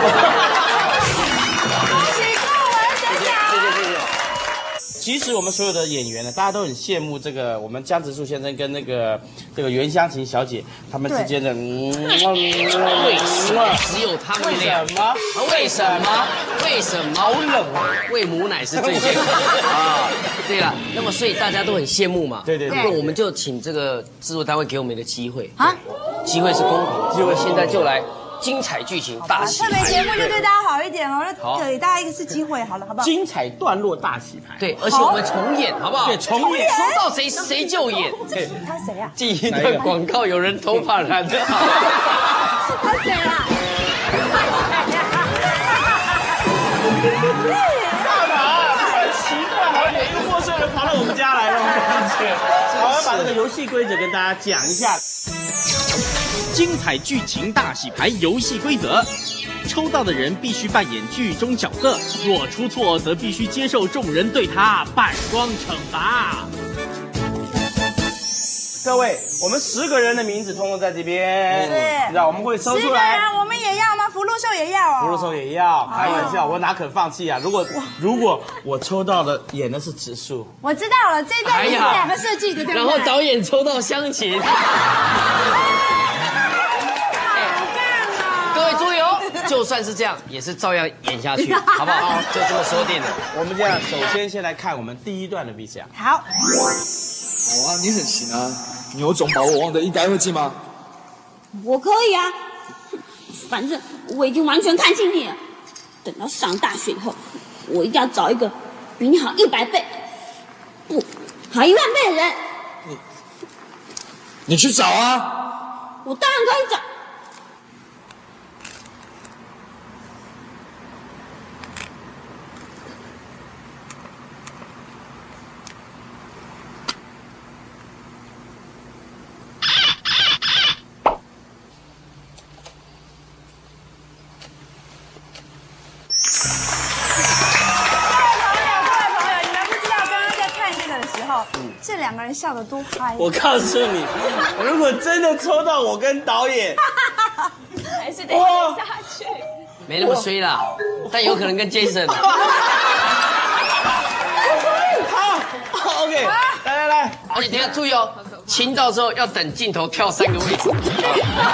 喜贡丸得奖！ 谢谢谢谢。 其实我们所有的演员呢，大家都很羡慕这个我们江直树先生跟那个这个袁湘琴小姐他们之间的。 为什么只有他们俩？为什么？为什么？好冷啊！喂母奶是最健康啊！对了，那么所以大家都很羡慕嘛。 对对对。 那我们就请这个制作单位给我们一个机会啊，机会是公平，机会现在就来。精彩剧情大洗牌， 特别节目就对大家好一点哦，就给大家一个是机会，好了，好不好？ 精彩段落大洗牌， 对，而且我们重演，好不好？ 对，重演， 说到谁谁就演。 对，他谁啊？ 记一段广告，有人头发染的好。 他谁啊？ 干嘛？很奇怪，好像有一个陌生人跑到我们家来了，我要把这个游戏规则跟大家讲一下。 精彩剧情大洗牌游戏规则：抽到的人必须扮演剧中角色，若出错则必须接受众人对他扮装惩罚。 各位，我们十个人的名字通通在这边， 是， 知道我们会搜出来。 十个人，我们也要吗？福禄寿也要哦。 福禄寿也要，开玩笑，我哪肯放弃啊？如果如果我抽到的演的是指数， 我知道了，这段是两个设计的，对不对？ 然后导演抽到湘琴。各位注意哦，就算是这样，也是照样演下去，好不好？就这么说定了。 我们这样，首先先来看我们第一段的 V C R。 好。 好啊，你很行啊，你有种把我忘得一干二净吗？ 我可以啊，反正我已经完全看清你了。等到上大学以后，我一定要找一个比你好一百倍，不，好一万倍的人。 你，你去找啊！ 我当然可以找。 个人笑得多嗨。 我告诉你，如果真的抽到我跟导演， 还是得演下去。 没那么衰啦，但有可能跟 Jason。 好 ，OK， 来来来， 而且等一下注意哦，亲到之后要等镜头跳三个位置。 你太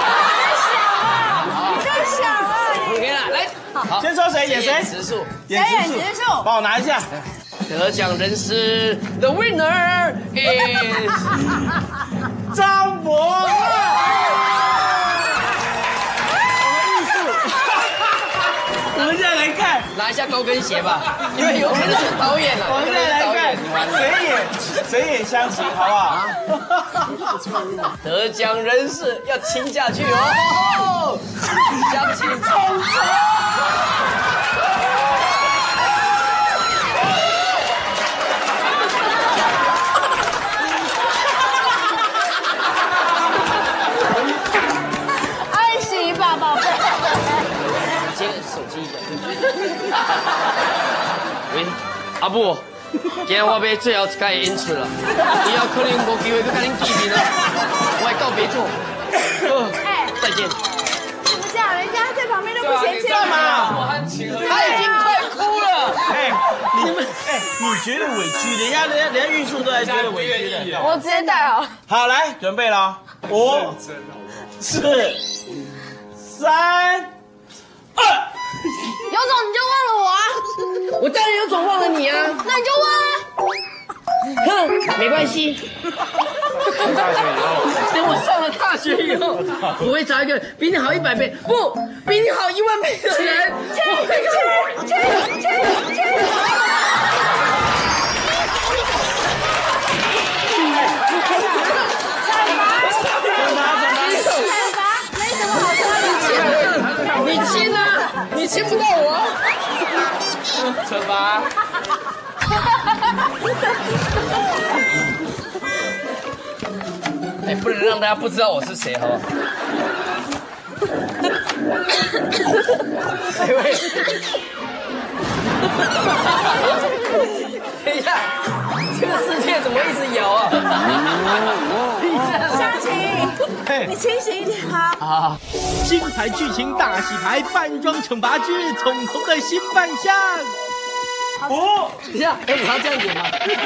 小了 OK 啦，来， 好，先说谁演谁？ 直树， 演直树，帮我拿一下。 得奖人是 The winner is 张博乐。我们现在来看， 拿一下高跟鞋吧，因为有可能是导演了。 我们现在来看谁演谁演湘琴，好不好？ 得奖人士要亲下去哦，湘琴冲刺！ 爱惜吧，宝贝。 接手机一下。喂，阿布，今天我要最后一届演出了，以后可能无机会去跟恁见面了，我会告别做。 哎， 再见。 怎么这样？人家在旁边都不嫌弃干嘛？ 他已经快哭了。 哎，你们哎，你觉得委屈？人家人家人家玉树都还觉得委屈的。 我直接戴好。 好，来准备了，五、四、三。二， 有种你就忘了我啊！ 我当然有种忘了你啊！ 那你就忘啊！ 哼，没关系。等我上了大学以后，我会找一个比你好一百倍，不，比你好一万倍的人。我会去去去去！你亲啊！你亲不到我。惩罚。哎，不能让大家不知道我是谁，好不好？哎喂！等一下，这个世界怎么一直摇啊？ 湘琴，你清醒一点啊！ 啊！精彩剧情大洗牌，扮装惩罚之聪聪的新扮相。 五， 等一下，哎，我要这样演吗？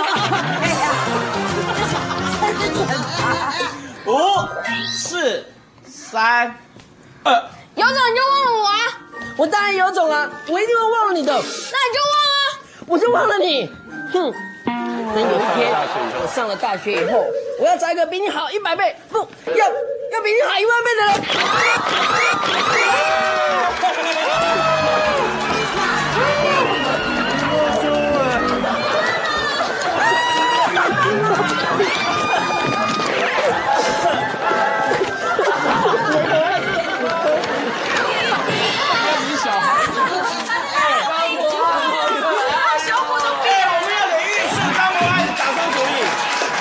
五、四、三、二。 有种你就忘了我啊！ 我当然有种啊，我一定会忘了你的。那你就忘啊！ 我就忘了你。哼。等有一天我上了大学以后，我要找一个比你好一百倍，不要要比你好一万倍的人。 你小孩子，张博，小伙都变了，我们要给玉树张博还是打双主意？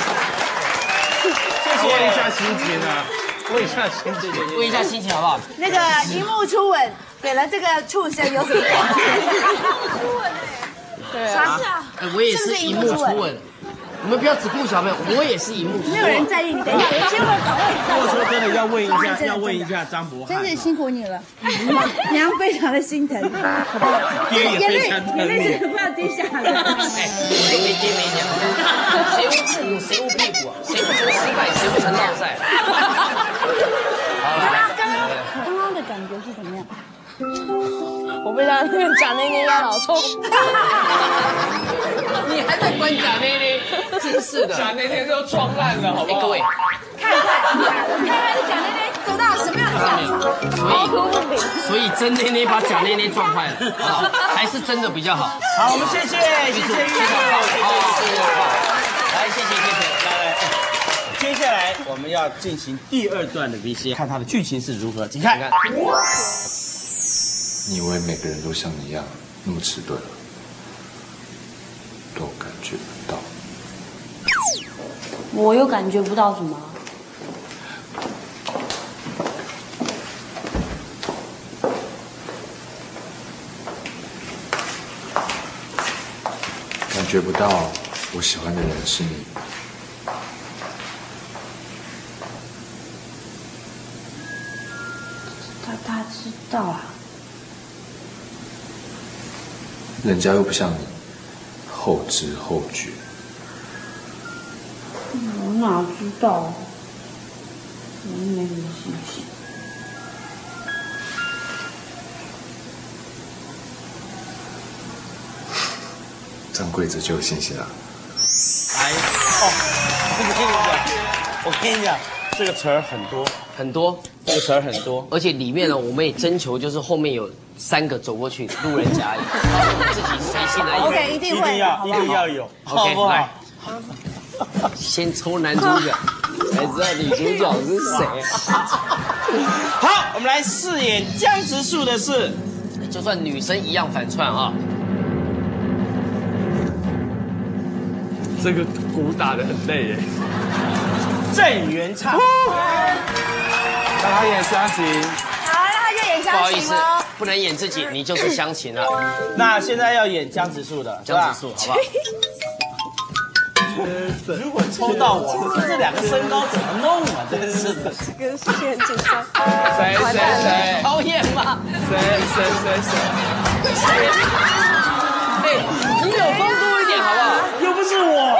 谢谢。 问一下心情啊，问一下心情， 问一下心情好不好？ 那个荧幕初吻给了这个畜生有什么？初吻对啊， 啥事啊？ 我也是荧幕初吻。你们不要只顾小朋友，我也是荧幕。 没有人在意你，等一下，我先问访问。 如果说真的要问一下，要问一下张博翰， 真的辛苦你了，娘非常的心疼，好不好？ 爹也眼泪非常疼眼泪真你。 的不要滴下来。 哎，我都没爹没娘，谁无父母谁无屁股啊？谁不成失败，谁不成落赛？好了， 刚刚刚刚的感觉是怎么样？我被他那个假内内压脑痛。 你还在管假内内？真是的， 假内内都撞烂了，好不好？ 各位， 看看看看这假内内走到什么样的下场？凹凸不平。 所以真内内把假内内撞坏了，好不好？还是真的比较好。 好，我们谢谢，谢谢玉树， 好，谢谢。来，谢谢谢谢。 来来，接下来我们要进行第二段的 V C， 看它的剧情是如何，请看。 你以为每个人都像你一样那么迟钝了，都感觉不到。 我又感觉不到什么。 感觉不到我喜欢的人是你， 他他知道啊？ 人家又不像你后知后觉。 我哪知道？我又没什么信心。 张贵子就有信心了。 哎哦，我跟你讲，我跟你讲，这个词儿很多很多， 这个词儿很多， 而且里面呢，我们也征求，就是后面有三个走过去，路人甲乙，我们自己随性来。 OK， 一定会， 一定要，一定要有，好不好？ 来，先抽男主角，才知道女主角是谁。 好，我们来饰演江直树的是， 就算女生一样反串啊。 这个鼓打得很累耶。 郑元畅， 让他演湘琴。 好，让他就演不好意思湘琴喽。， 不能演自己，你就是湘琴了。 那现在要演江直树的， 江直树，好不好？ 如果抽到我，这这两个身高怎么弄啊？真是的。 这个事情很紧张。 谁谁谁？ 导演吗？ 谁谁谁谁？ 哎，你有风度一点好不好？ 又不是我。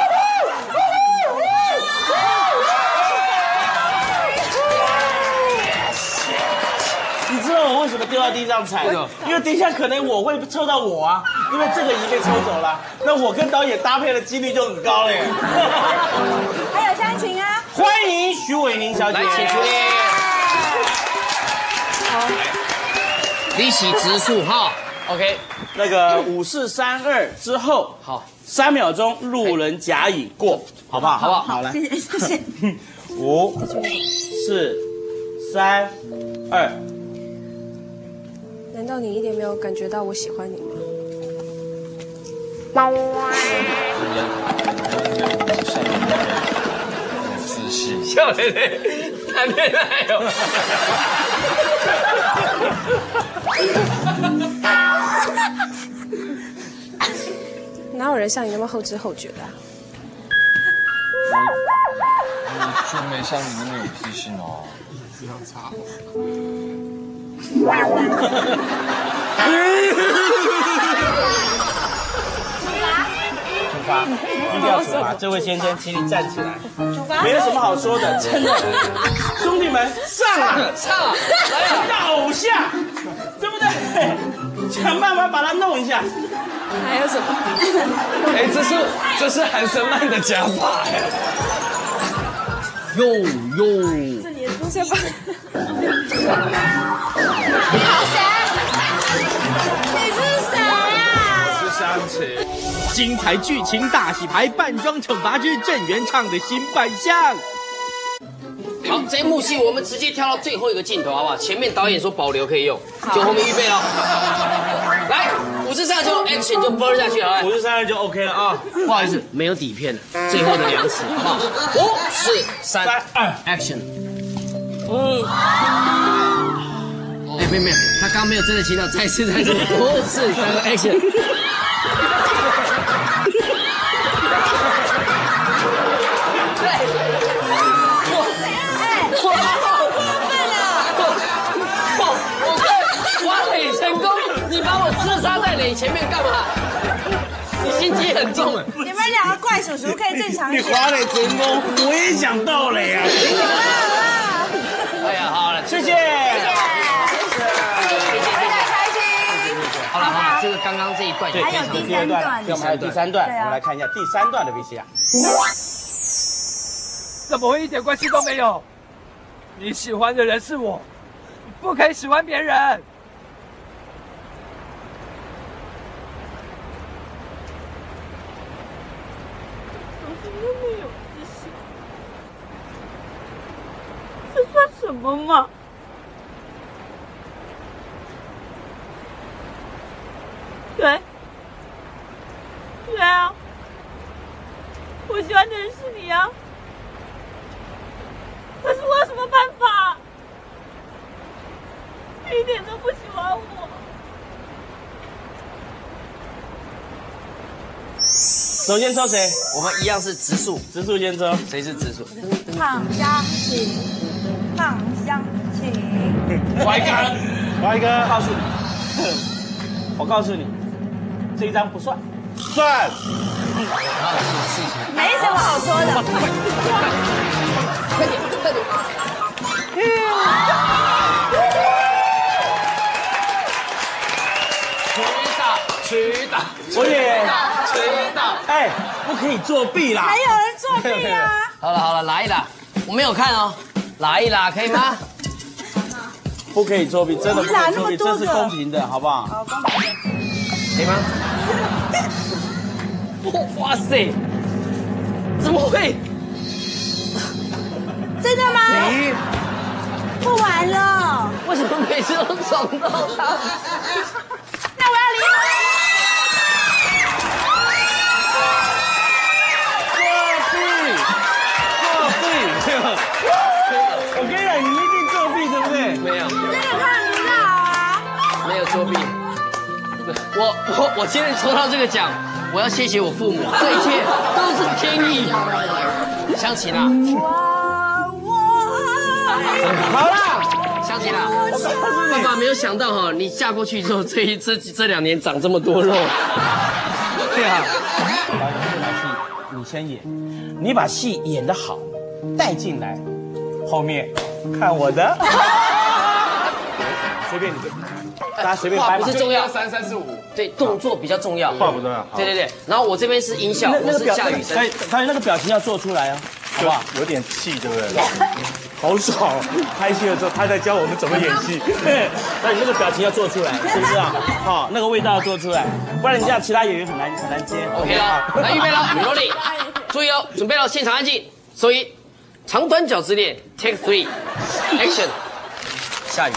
你知道我为什么丢到地上踩？因为等一下可能我会抽到我啊，因为这个已经被抽走了，那我跟导演搭配的几率就很高了耶。 还有湘琴啊！ 欢迎徐伟宁小姐， 来，请出列。好，你喜直树哈 ，OK。 那个五四三二之后， 好， 三秒钟路人甲乙过，好不好？ 好不好？ 好，来， 谢谢谢谢。 五、四、三、二。 难道你一点没有感觉到我喜欢你吗？ 自信， 笑脸脸，谈恋爱哦。 哪有人像你那么后知后觉的、啊？ 我就没像你那么有自信哦。这样差。 处罚，一定要处罚！这位先生，请你站起来。 处罚， 没有什么好说的，真的。兄弟们，上啊！ 上啊！来啊！ 大偶像，对不对？想办法把他弄一下。 还有什么？ 哎，这是这是韩森曼的假发哎。 哟哟。 这里的出现吧。 你好谁？你是谁啊？ 是湘琴。 精彩剧情大洗牌，扮装惩罚之郑元畅的新扮相。 好，这一幕戏我们直接跳到最后一个镜头，好不好？前面导演说保留可以用，就后面预备了。来，五四三二就 action 就 burn 下去了， 五四三二就 OK 了啊！ 不好意思，没有底片了，最后的两尺，好不好？五、四、三、二 ，action。嗯。哎，没有没有，他刚刚没有真的听到，再次再次，五、四、三、二 ，action。你前面干嘛？你心机很重啊！ 你们两个怪叔叔可以正常一你点。 滑垒成功，我也想到了呀！ 哎呀，好了， 谢谢，谢谢谢，开心。 好了好了，这个刚刚这一段对， 还有第三段， 对，我们还有第三段，我们来看一下第三段的 V C R。 怎么会一点关系都没有？你喜欢的人是我，你不可以喜欢别人。 这算什么嘛？对，对啊，我喜欢的人是你啊，可是我有什么办法？你一点都不喜欢我。 首先抽谁？ 我们一样是直树， 直树先抽。 谁是直树？ 胖香琴，胖香琴。 怀哥， 怀哥， 告诉你，我告诉你，这一张不算， 算。 没什么好说的。 快点，快点。曲打， 我也曲打， 哎，不可以作弊啦！ 还有人作弊啊！ 好了好了，拉一拉，我没有看哦，拉一拉可以吗？ 不可以作弊，真的不可以作弊，这是公平的，好不好？ 好，公平的， 可以吗？哇塞，怎么会？ 真的吗？ 你不玩了。 为什么每次都撞到他？ 那我要离婚。 我跟你讲，你一定作弊，对不对？ 没有， 这个看不到啊。 没有作弊。我我我今天抽到这个奖，我要谢谢我父母，这一切都是天意。湘琴啊， 好啦， 湘琴啊，爸爸没有想到哈，你嫁过去之后，这一这这两年长这么多肉。 对啊，这场戏你先演，你把戏演得好，带进来。后面看我的，随便你，大家随便话掰。 不是重要， 三三四五， 对，动作比较重要。 话不重要。 对对对，然后我这边是音效，我是下雨声。 导演那个表情要做出来啊，好不好？ 有点气，对不对？ 好爽！拍戏的时候他在教我们怎么演戏，那你那个表情要做出来，是不是啊？好，那个味道要做出来，不然你这样其他演员很难很难接。 OK 了，来预备了 ，Rolling， 注意哦，准备了，现场安静，收音。长短脚之恋 ，Take three，Action， 下雨。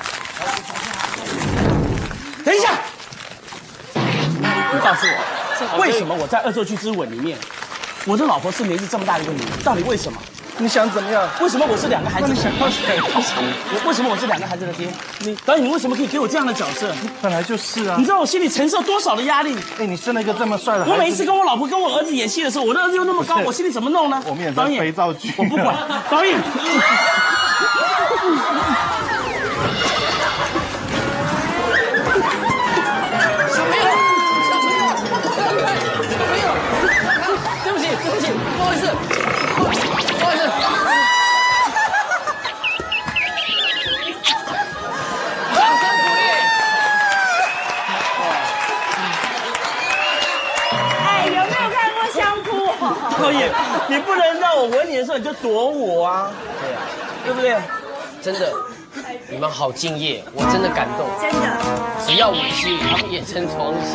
等一下，你告诉我，为什么我在《恶作剧之吻》里面，我的老婆是年纪这么大的一个女人？到底为什么？ 你想怎么样？ 为什么我是两个孩子的爹？ 你想要我为什么我是两个孩子的爹？你导演，你为什么可以给我这样的角色？ 本来就是啊。 你知道我心里承受多少的压力？ 哎，你生了一个这么帅的孩子。 我每一次跟我老婆、跟我儿子演戏的时候，我的儿子又那么高，我心里怎么弄呢？ 我们演的肥皂剧， 我不管。导演。 对不起，对不起，不好意思，不好意思。掌声鼓励。 哎，有没有看过相扑？ 导演，你不能让我吻你的时候你就躲我啊！对啊，对不对？ 真的，你们好敬业，我真的感动。 真的。 只要吻戏，他们演成床戏。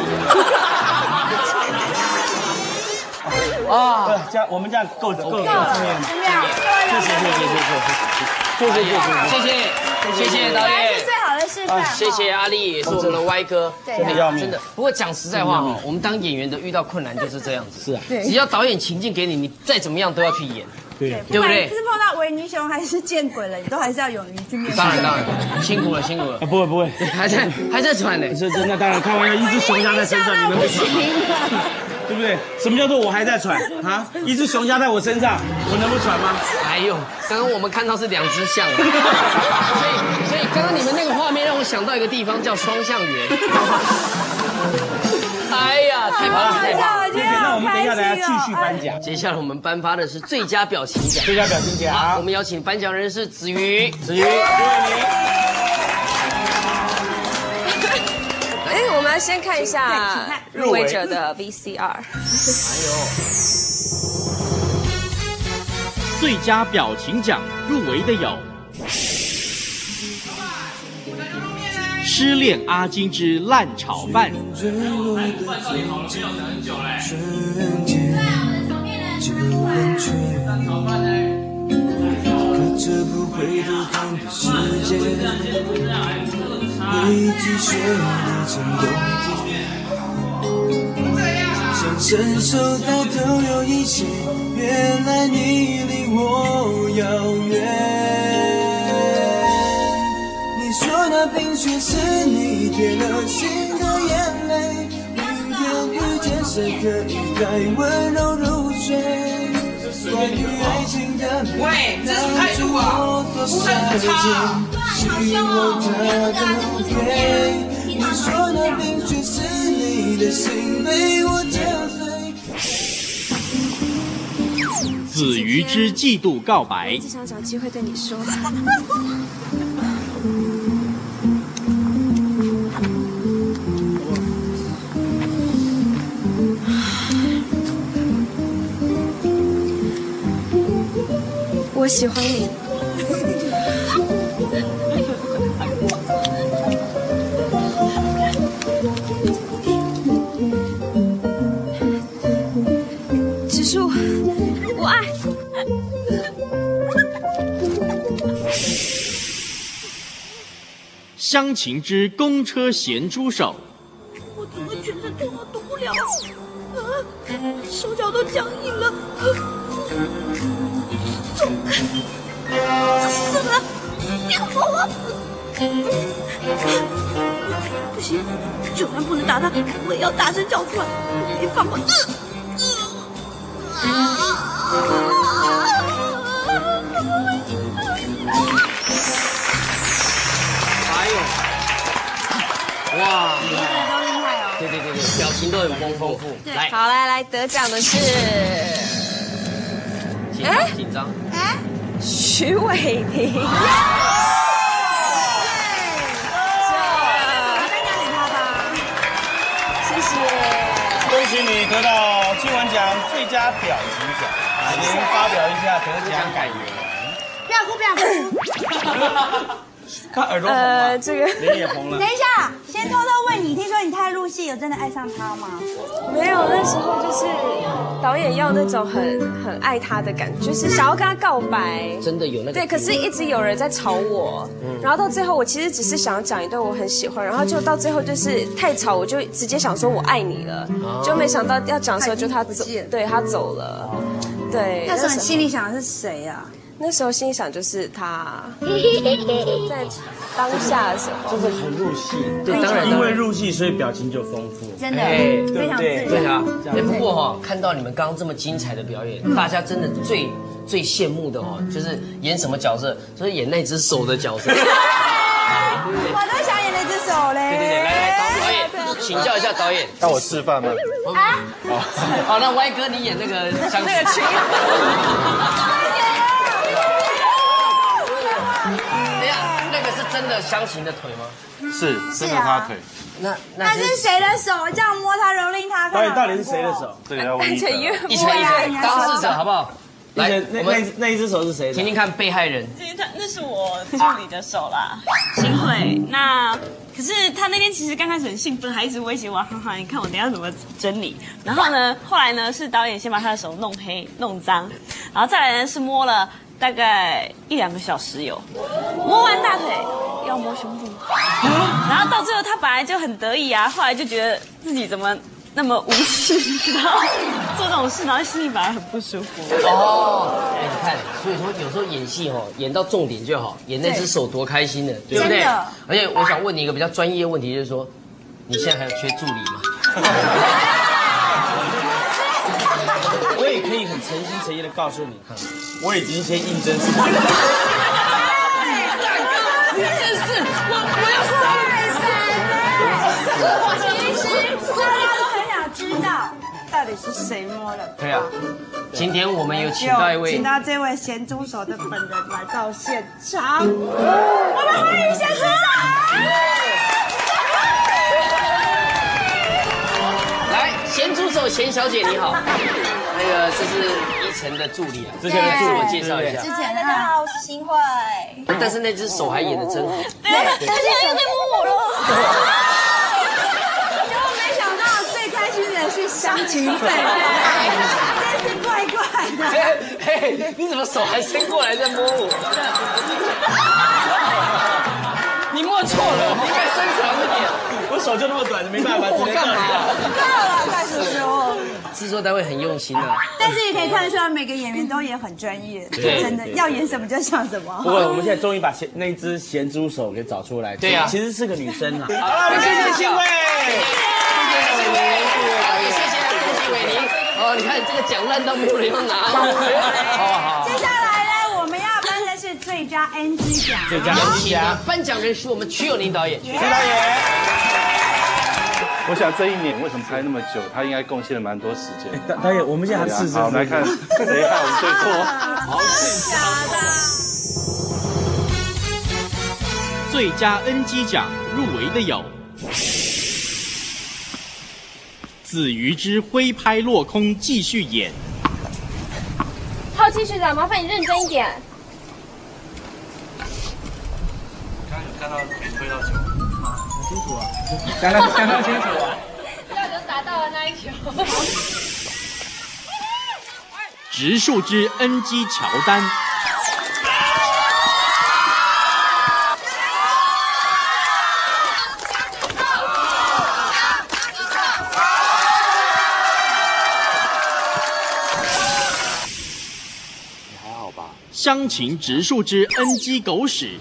啊，这样我们这样够够够敬业吗？ 怎么样？ 谢谢谢谢谢谢谢谢谢谢谢谢谢导演， 是最好的示范。 谢谢阿力，也是我们的歪哥， 真的要命， 真的。不过讲实在话哈，我们当演员的遇到困难就是这样子。 是啊， 只要导演情境给你，你再怎么样都要去演。 对， 对不对？ 是碰到维尼熊还是见鬼了，你都还是要勇于去面对。 当然当然，辛苦了辛苦了。 不会不会， 还在还在喘呢。 是真的，当然开玩笑，一只熊压在身上，你们不行，对不对？什么叫做我还在喘啊？一只熊压在我身上，我能不喘吗？ 哎呦，刚刚我们看到是两只象，所以所以刚刚你们那个画面让我想到一个地方叫双象园。哎呀，太棒了，太棒了！ 那我们等一下来继续颁奖。 接下来我们颁发的是最佳表情奖。 最佳表情奖， 好，我们邀请颁奖人是子瑜。 子瑜，欢迎。 哎，我们先看一下入围者的 V C R。 哎呦， 最佳表情奖入围的有。失恋阿金之烂炒饭。 可这不回头看的世界，回忆积雪的成冬天，想伸手再逗留一些，原来你离我遥远。你说那冰雪是你贴了心的眼泪，明天遇见谁可以再温柔入睡？关于爱情的每当初我所想的许我的不配。你说那冰雪是你的心被我减肥。 子瑜之嫉妒告白一。直想找机会对你说。我喜欢你。植树，我爱。 湘琴之公车咸猪手。 我怎么全身痛到动不了？啊，手脚都僵硬了。走开！死了！要疯了！不行，就算不能打他，我也要大声叫出来，不可以放过。 哎呦，哇， 每个人都厉害哦。 对对对对，表情都很丰丰富。来， 好，来来，得奖的是， 紧张紧张。 哎，徐伟宁。谢谢。 恭喜你得到金文奖最佳表情奖，请您发表一下得奖感言。 不要哭，不要哭。 他耳朵红了， 呃，这个脸也红了。 等一下，先偷偷问你，听说你太入戏，有真的爱上他吗？ 没有，那时候就是导演要那种很很爱他的感觉，就是想要跟他告白。 真的有那个对，可是一直有人在吵我， 嗯然后到最后我其实只是想要讲一段我很喜欢，然后就到最后就是太吵，我就直接想说我爱你了， 哦就没想到要讲的时候就他走，对他走了，对。 那时候你心里想的是谁啊？ 那时候心里想就是他，在当下的时候， 就是很入戏， 对当然因为入戏，所以表情就丰富， 真的哎非常自然。 对啊，哎，不过哈，看到你们刚刚这么精彩的表演，大家真的最最羡慕的哦，就是演什么角色，就是演那只手的角色。 我都想演那只手嘞。 对对对，来来，导导演，请教一下导演， 要我示范吗？ 啊， 好，那歪哥你演那个相那个裙子。 等一下，那个是真的湘琴的腿吗？ 是，真的他腿。 那那是谁的手？这样摸他，蹂躏他。 导演到底是谁的手？ 这个要问一晨。 一晨一晨，当事者好不好？ 来，那那那一只手是谁的？ 听听看被害人。 其实他那是我助理的手啦，新慧。那可是他那天其实刚开始很兴奋，还一直威胁我，哈哈，你看我等一下怎么整理。然后呢，后来呢是导演先把他的手弄黑、弄脏，然后再来呢是摸了大概一两个小时有，摸完大腿要摸胸部，然后到最后他本来就很得意啊，后来就觉得自己怎么那么无视，然后做这种事，然后心里反而很不舒服。 哦，哎，你看，所以说有时候演戏哦，演到重点就好，演那只手多开心的，对不对？而且我想问你一个比较专业的问题，就是说，你现在还有缺助理吗？ 我也可以很诚心诚意的告诉你，我已经先应征上了。 这件事，我我要其实大家都很想知道，到底是谁摸的。 对啊，今天我们有请到一位， 请到这位咸猪手的本人来到现场，我们欢迎咸猪手。 来，咸猪手咸小姐你好，那个这是依晨的助理啊，之前的自我介绍一下。 之前大家好，我是新慧。 但是那只手还演得真好。 对，而且又在摸我了。结果没想到最开心的是湘琴粉，真是怪怪的。 嘿，你怎么手还伸过来在摸我？你摸错了，你应该伸长一点。 我手就那么短，没办法，只能干嘛？ 够了，快叔叔。 制作单位很用心啊， 但是也可以看得出来，每个演员都演很专业， 对真的要演什么就像什么。 不过我们现在终于把咸那一只咸猪手给找出来， 对啊其实是个女生啊。 好了，谢谢新慧，谢谢伟宁，谢谢恭喜伟宁。哦，你看这个奖烂到没有人要拿，好好。 接下来呢，我们要颁的是最佳佳 N G 奖。 最佳 N G 奖，颁奖人是我们曲友宁导演。曲导演。 我想这一年为什么拍那么久，他应该贡献了蛮多时间。 导导演，我们现在还试试。 好，我们来看谁害我们最多。 好假的。 最佳 N G 奖入围的有子瑜之挥拍落空继续演。 好奇学长，麻烦你认真一点。 刚刚有看到挥到球。 很清楚啊， 刚刚刚刚清楚啊。 不要就打到了那一球。 植树之 N G 乔丹。 你还好吧？ 乡情植树之 N G 狗屎。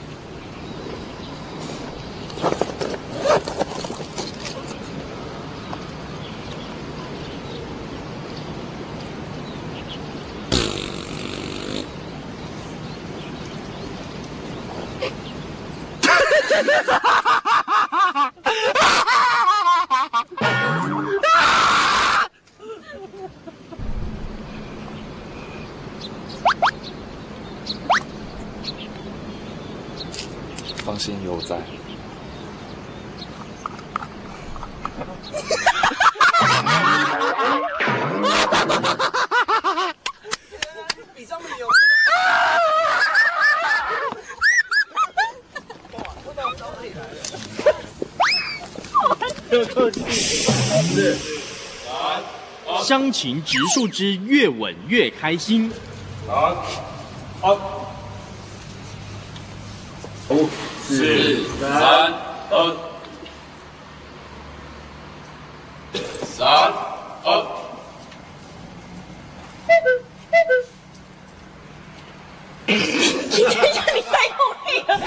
放心，有我在。 比上面有。 不要客气。是。 乡情植树之越吻越开心。 好，好，五、四、三、二、三、二。 你太用力了。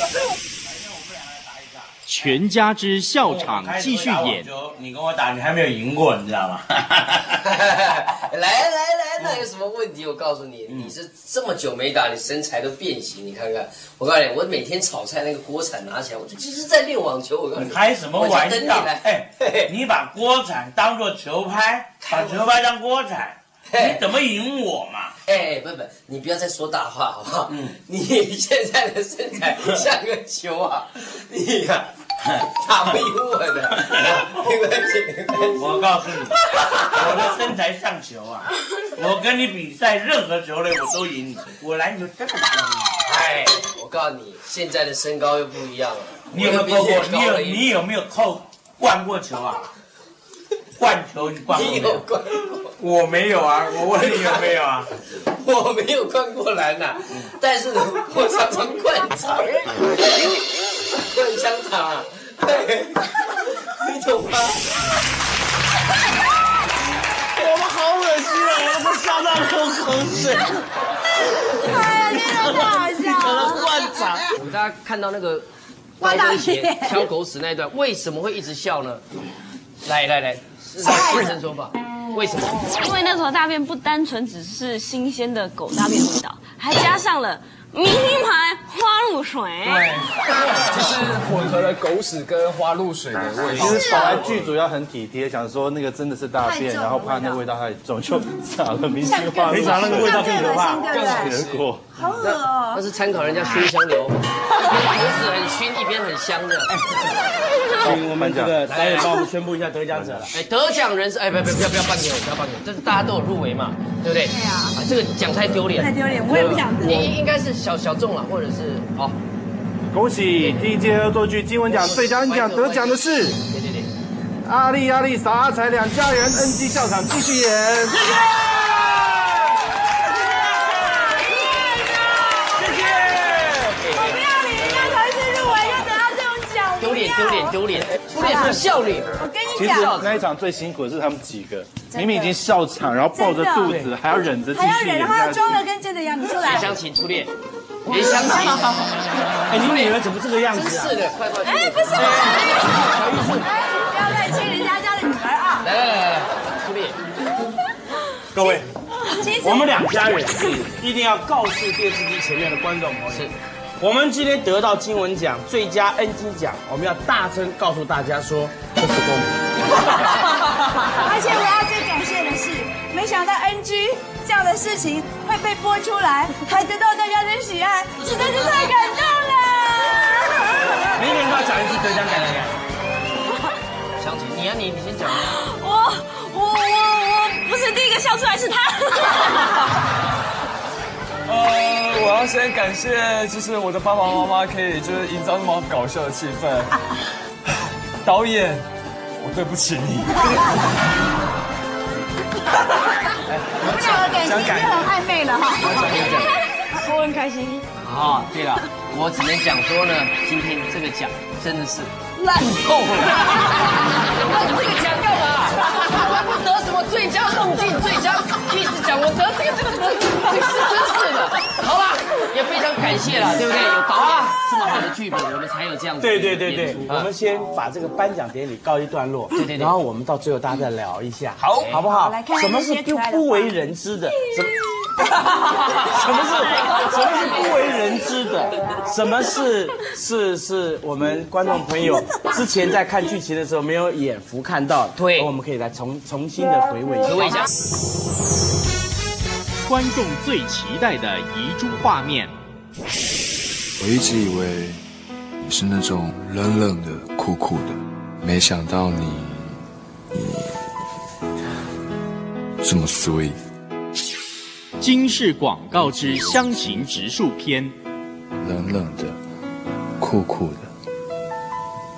全家之笑场继续演。 你跟我打，你还没有赢过，你知道吗？ 来来来，那有什么问题？我告诉你，你是这么久没打，你身材都变形。你看看，我告诉你，我每天炒菜那个锅铲拿起来，我就就是在练网球。我告诉你， 开什么玩笑？ 哎， 你把锅铲当做球拍，把球拍当锅铲，你怎么赢我嘛？ 哎，不不，你不要再说大话好不好？嗯，你现在的身材像个球啊，你呀、啊、打不赢我的，没关系，没关系。 我告诉你，我的身材像球啊，我跟你比赛任何球类我都赢你，我篮球真的打得赢你。 哎，我告诉你，现在的身高又不一样了。 你有没有扣过？你有你有没有扣灌过球啊？灌球你灌过没有？ 你有灌过？ 我没有啊，我问你有没有啊？ 我没有灌过篮呐、啊，但是呢，我常常灌场，灌香肠啊，你懂吗？ 我们好恶心啊！我们笑到流口水。 哎呀，真的太好笑了！ 灌场。 我们大家看到那个高跟鞋挑狗屎那一段，为什么会一直笑呢？来来来，认真说吧。为什么？ 因为那坨大便不单纯只是新鲜的狗大便味道，还加上了明星牌花露水。 对，就是混合了狗屎跟花露水的味道。 其实本来剧组要很体贴，想说那个真的是大便，然后怕那个味道太重，就撒了明星花露水。 没想到那个味道更可怕， 结果好恶哦！ 那是参考人家熏香流，一边狗屎很熏，一边很香的。 请我们这个导演帮我们宣布一下得奖者了。 哎，得奖人是哎，不不不要不要颁给我，不要颁给我，这是大家都有入围嘛，对不对？对啊。啊，这个奖太丢脸， 太丢脸，我也不想得。 你应该是小小众了，或者是哦。 恭喜第一届恶作剧金文奖最佳 N 奖得奖的是对对对， 阿丽阿丽扫阿财两家人 N G 笑场继续演。谢谢。 丢脸丢脸丢脸，丢脸是笑你。 我跟其实那一场最辛苦的是他们几个，明明已经笑场，然后抱着肚子，还要忍着继续演下去。 还要忍，然后要装的跟真的一样。你出来。 连湘琴初恋，连湘琴。 哎，你女儿怎么这个样子啊？ 真是的，快快。 哎，不是，哎，不要再亲人家家的女儿啊！ 来来来来，初恋。 各位， 我们两家人一定要告诉电视机前面的观众朋友，是我们今天得到金文奖最佳 N G 奖，我们要大声告诉大家说这是公平。 而且我要最感谢的是，没想到 N G 这样的事情会被播出来，还得到大家的喜爱，实在是太感动了。 每个人都要讲一句得奖感言。 湘琴，你啊你，你先讲。 我我我我不是第一个笑出来，是他。 呃，我要先感谢，就是我的爸爸妈妈可以就是营造那么搞笑的气氛。导演，我对不起你。 我们两个感情已经很暧昧了哈。 我很开心。 啊，对了，我只能讲说呢，今天这个奖真的是烂透了。那你这个奖干嘛？我不得什么最佳动静、最佳意思奖，我得这个这个这个，这是真是的。好吧，也非常感谢了，对不对？有导演这么好的剧本，我们才有这样子。 对对对对，我们先把这个颁奖典礼告一段落，对对对，然后我们到最后大家再聊一下，好，好不好？什么是不不为人知的？什么？什么是什么是不为人知的？什么是是是我们观众朋友之前在看剧情的时候没有眼福看到？对，我们可以来重重新的回味回味一下。 观众最期待的遗珠画面。 我一直以为你是那种冷冷的、酷酷的，没想到你你这么 sweet。 金氏广告之湘琴植树篇， 冷冷的，酷酷的，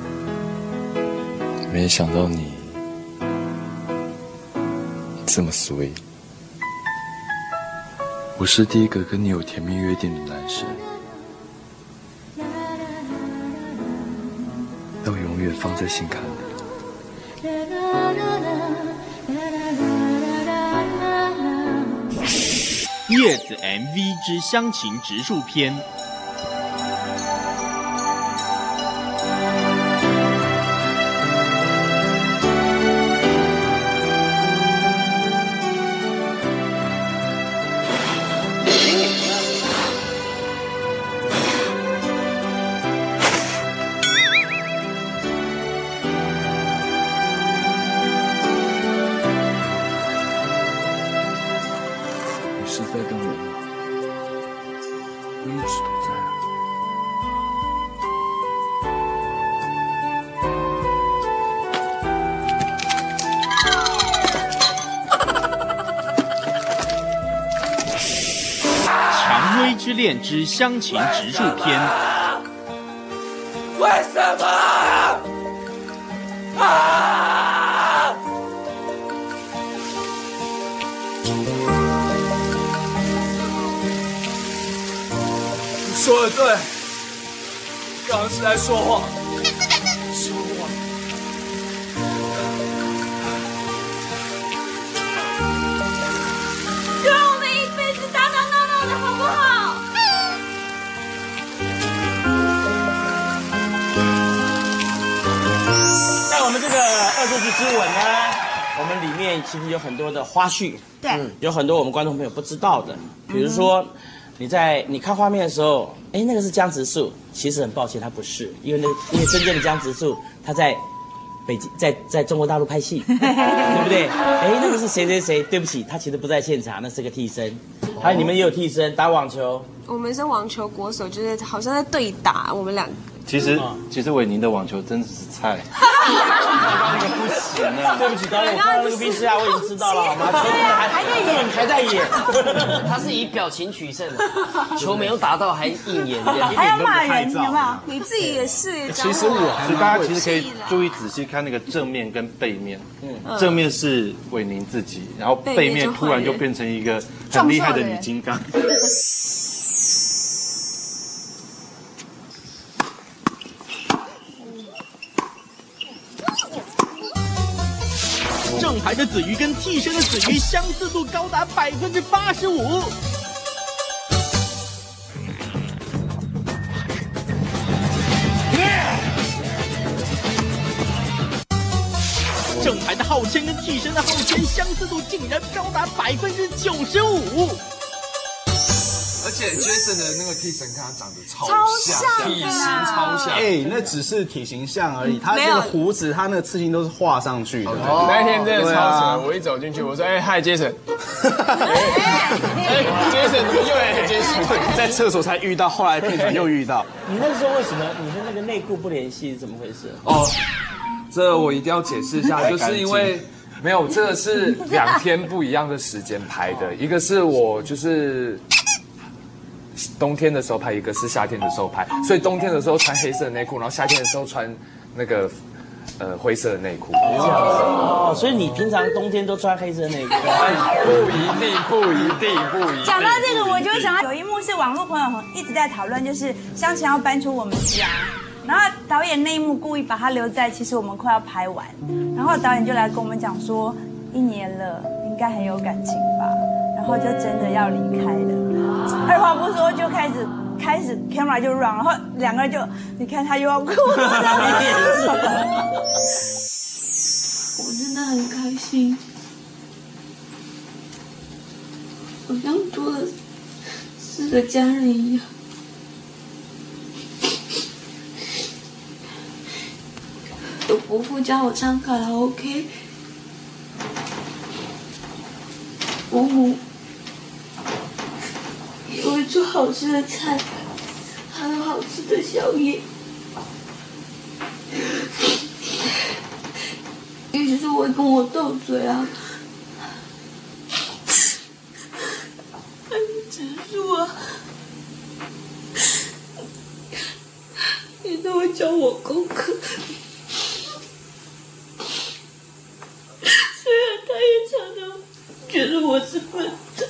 没想到你这么 sweet。我是第一个跟你有甜蜜约定的男生，要永远放在心坎里。 叶子 M V 之湘琴植树篇。 是在等我吗？我一直都在啊。 蔷薇之恋之湘琴植树篇。 为什么？啊！ 你说的对，刚刚是在说谎，说谎。 就让我们一辈子打打闹闹的好不好？ 在我们这个恶作剧之吻呢，我们里面其实有很多的花絮， 对嗯有很多我们观众朋友不知道的，比如说你在你看画面的时候，哎，那个是江直树，其实很抱歉，它不是，因为那因为真正的江直树他在北京，在在中国大陆拍戏，对不对？哎，那个是谁谁谁？对不起，他其实不在现场，那是个替身。还有你们也有替身打网球， 我们是网球国手，就是好像在对打，我们两个。 其实其实伟宁的网球真的是菜，那个不行啊！ 对不起导演，我看到那个 V C R 我已经知道了，好吗？球还还在演，还在演。 他是以表情取胜的，球没有打到还硬演这样， 还要骂人，有没有？你自己也是。 其实我还大家其实可以注意仔细看那个正面跟背面，嗯，正面是伟宁自己，然后背面突然就变成一个很厉害的女金刚。 正牌的子瑜跟替身的子瑜相似度高达百分之八十五。 正牌的浩谦跟替身的浩谦相似度竟然高达百分之九十五。 而且 Jason 的那个替身跟他长得超像， 体型超像。 哎，那只是体型像而已，他那个胡子，他那个刺青都是画上去的。 那一天真的超扯，我一走进去，我说：“哎，嗨，Jason。”哎 ，Jason 怎么又来 Jason？ 在厕所才遇到，后来片场又遇到。 你那时候为什么你的那个内裤不联系？是怎么回事？ 哦，这我一定要解释一下，就是因为。没有，这个是两天不一样的时间拍的，一个是我就是冬天的时候拍，一个是夏天的时候拍，所以冬天的时候穿黑色的内裤，然后夏天的时候穿那个呃灰色的内裤。 哦，所以你平常冬天都穿黑色内裤？ 不一定，不一定，不一定。 讲到这个，我就想到有一幕是网络朋友一直在讨论，就是湘琴要搬出我们家。然后导演那一幕故意把他留在，其实我们快要拍完，然后导演就来跟我们讲说，一年了，应该很有感情吧，然后就真的要离开了，二话不说就开始开始 camera 就 run， 然后两个人就，你看他又要哭了， 我真的很开心，好像多了四个家人一样。有伯父教我唱卡拉 OK， 伯母也会做好吃的菜，还有好吃的宵夜。一直说会跟我斗嘴啊，还有植树啊，也都会教我功课。虽然他也常常觉得我是笨的。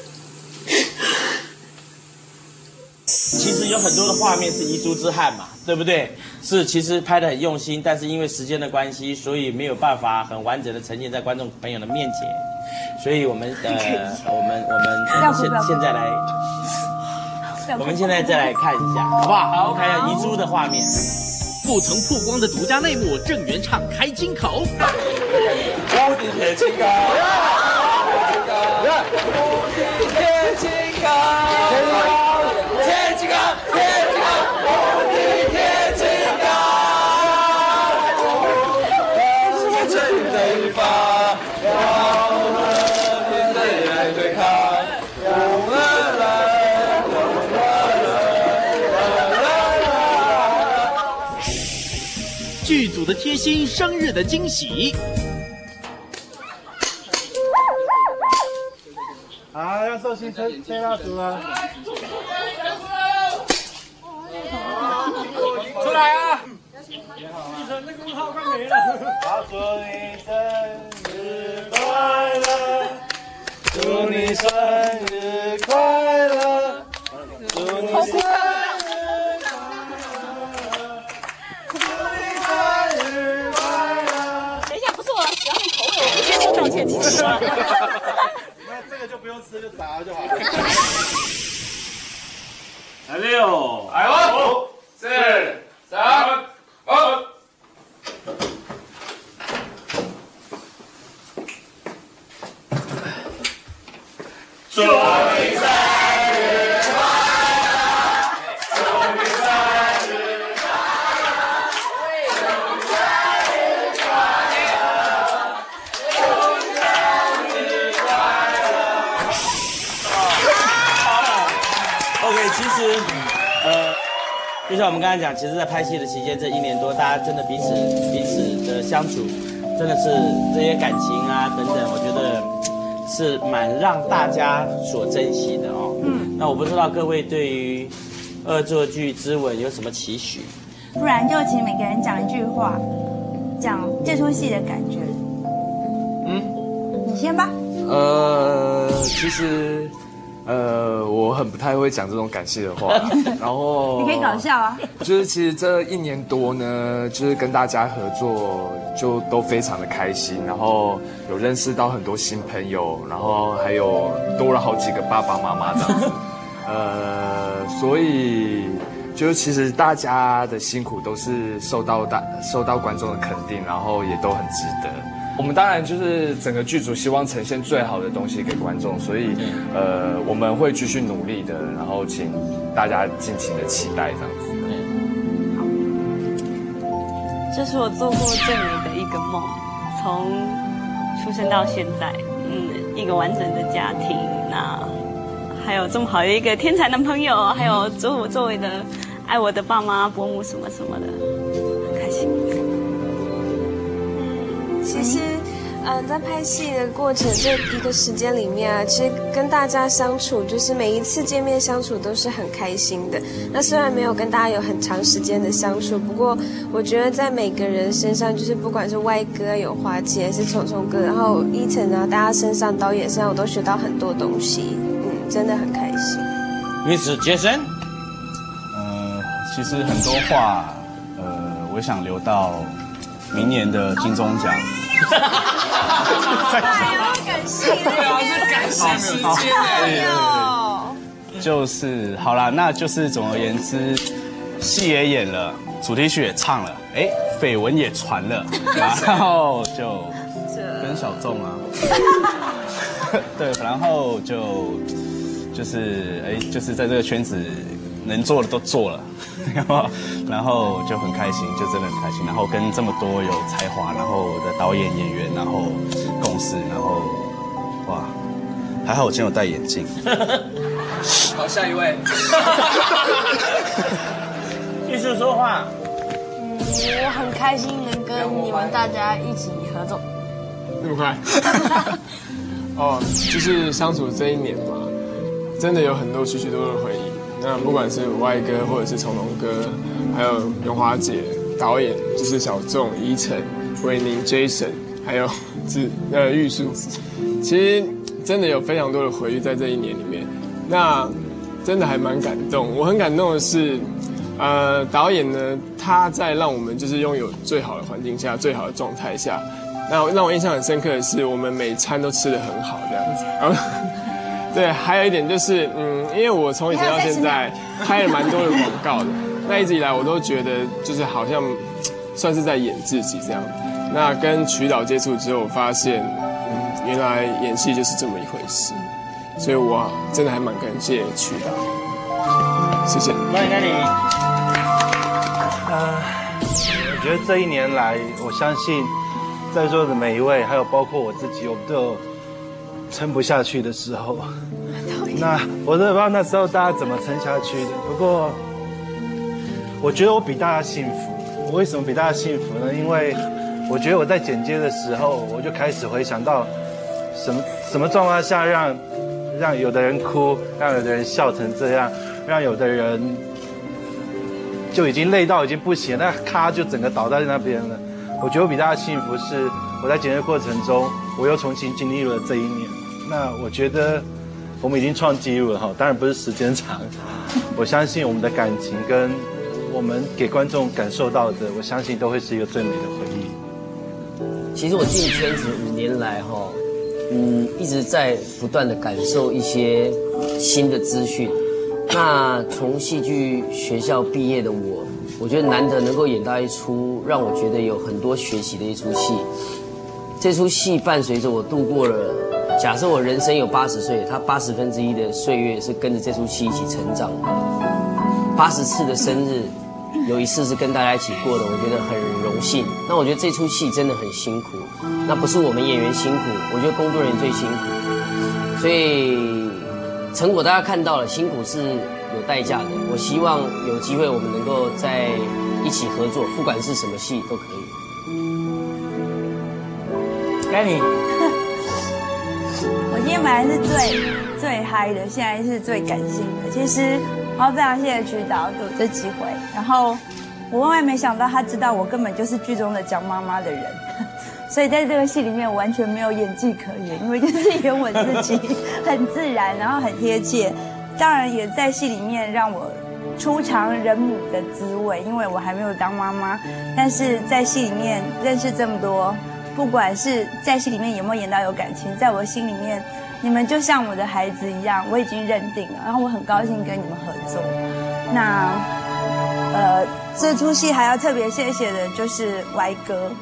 其实有很多的画面是遗珠之憾嘛，对不对？是其实拍得很用心，但是因为时间的关系，所以没有办法很完整的呈现在观众朋友的面前。所以我们呃，我们我们现现在来，我们现在再来看一下，好不好？好，看一下遗珠的画面。 不曾曝光的独家内幕，郑元畅开金口。 无敌铁金刚，无敌铁金刚，铁金刚，铁金刚，无敌铁金刚，是正义的一方，让我们面对来对抗，我们来，我们来。 剧组的贴心，生日的惊喜。 好，要寿星吹吹蜡烛了。 出来啊！ 那个号快没了。祝你生日快乐，祝你生日快乐，祝你生日快乐，祝你生日快乐。 等一下，不是我喜欢的口味，我不接受道歉，其实。 那这个就不用吃，就炸就好了。 来六，来五，四，三，二。祝你生日快乐！祝你生日快乐！祝你生日快乐！祝你生日快乐 OK， 其实，呃，就像我们刚才讲，其实，在拍戏的期间，这一年多，大家真的彼此彼此的相处，真的是这些感情啊等等，我觉得是蛮让大家所珍惜的哦。嗯。那我不知道各位对于恶作剧之吻有什么期许？ 不然就请每个人讲一句话，讲这出戏的感觉。 嗯， 你先吧。 呃，其实，呃，我很不太会讲这种感性的话，然后你可以搞笑啊。 就是其实这一年多呢，就是跟大家合作，就都非常的开心，然后有认识到很多新朋友，然后还有多了好几个爸爸妈妈这样子，呃，所以就是其实大家的辛苦都是受到大受到观众的肯定，然后也都很值得。 我们当然就是整个剧组希望呈现最好的东西给观众，所以呃我们会继续努力的，然后请大家尽情的期待这样子。 这是我做过最美的一个梦，从出生到现在，嗯，一个完整的家庭，那还有这么好的一个天才男朋友，还有周我周围的爱我的爸妈、伯母什么什么的，很开心。 其实，嗯，在拍戏的过程这一个时间里面啊，其实跟大家相处，就是每一次见面相处都是很开心的。那虽然没有跟大家有很长时间的相处，不过我觉得在每个人身上，就是不管是歪哥、有华姐，还是虫虫哥，然后依晨啊，大家身上、导演身上，我都学到很多东西，嗯，真的很开心。 Miss Jason， 呃，其实很多话，呃，我想留到明年的金钟奖。 哎呦，感谢！ 对啊，是感谢时间哎。 就是好啦，那就是总而言之，戏也演了，主题曲也唱了，哎，绯闻也传了，然后就跟小众啊，对，然后就就是哎，就是在这个圈子能做的都做了。然后，然后就很开心，就真的很开心。然后跟这么多有才华，然后的导演、演员，然后共事，然后哇，还好我今天有戴眼镜。 好，下一位。 继续说话。 嗯，我很开心能跟你们大家一起合作。 那么快？哦，就是相处这一年嘛，真的有很多许许多多的回忆。那不管是歪哥，或者是从龙哥，还有荣华姐，导演就是小仲、依晨、维宁、Jason， 还有是呃玉树，其实真的有非常多的回忆在这一年里面。那真的还蛮感动。我很感动的是，呃，导演呢他在让我们就是拥有最好的环境下、最好的状态下，那让我印象很深刻的是，我们每餐都吃得很好这样子。然后对，还有一点就是，嗯，因为我从以前到现在拍了蛮多的广告的，那一直以来我都觉得就是好像算是在演自己这样。那跟曲导接触之后，我发现，嗯，原来演戏就是这么一回事，所以我真的还蛮感谢曲导，谢谢。 欢迎你。 呃，我觉得这一年来，我相信在座的每一位，还有包括我自己，我们都有撑不下去的时候。那我都不知道那时候大家怎么撑下去的。不过，我觉得我比大家幸福。我为什么比大家幸福呢？因为我觉得我在剪接的时候，我就开始回想到什么什么状况下让让有的人哭，让有的人笑成这样，让有的人就已经累到已经不行了，那咔就整个倒在那边了。我觉得我比大家幸福是我在剪接过程中，我又重新经历了这一年。那我觉得我们已经创纪录了哈，当然不是时间长。我相信我们的感情跟我们给观众感受到的，我相信都会是一个最美的回忆。 其实我进圈子五年来哈，嗯，一直在不断的感受一些新的资讯。那从戏剧学校毕业的我，我觉得难得能够演到一出让我觉得有很多学习的一出戏。这出戏伴随着我度过了，假设我人生有八十岁，它八十分之一的岁月是跟着这出戏一起成长的。八十次的生日，有一次是跟大家一起过的，我觉得很荣幸。那我觉得这出戏真的很辛苦，那不是我们演员辛苦，我觉得工作人员最辛苦。所以成果大家看到了，辛苦是有代价的。我希望有机会我们能够在一起合作，不管是什么戏都可以。 该你。 我今天本来是最最嗨的，现在是最感性的。其实我要非常谢谢曲导给我这机会，然后我万万没想到他知道我根本就是剧中的蒋妈妈的人，所以在这个戏里面我完全没有演技可言，因为就是演我自己，很自然，然后很贴切。当然也在戏里面让我初尝人母的滋味，因为我还没有当妈妈，但是在戏里面认识这么多，不管是在戏里面有没有演到有感情，在我的心里面，你们就像我的孩子一样，我已经认定了，然后我很高兴跟你们合作。那呃，这出戏还要特别谢谢的就是歪哥，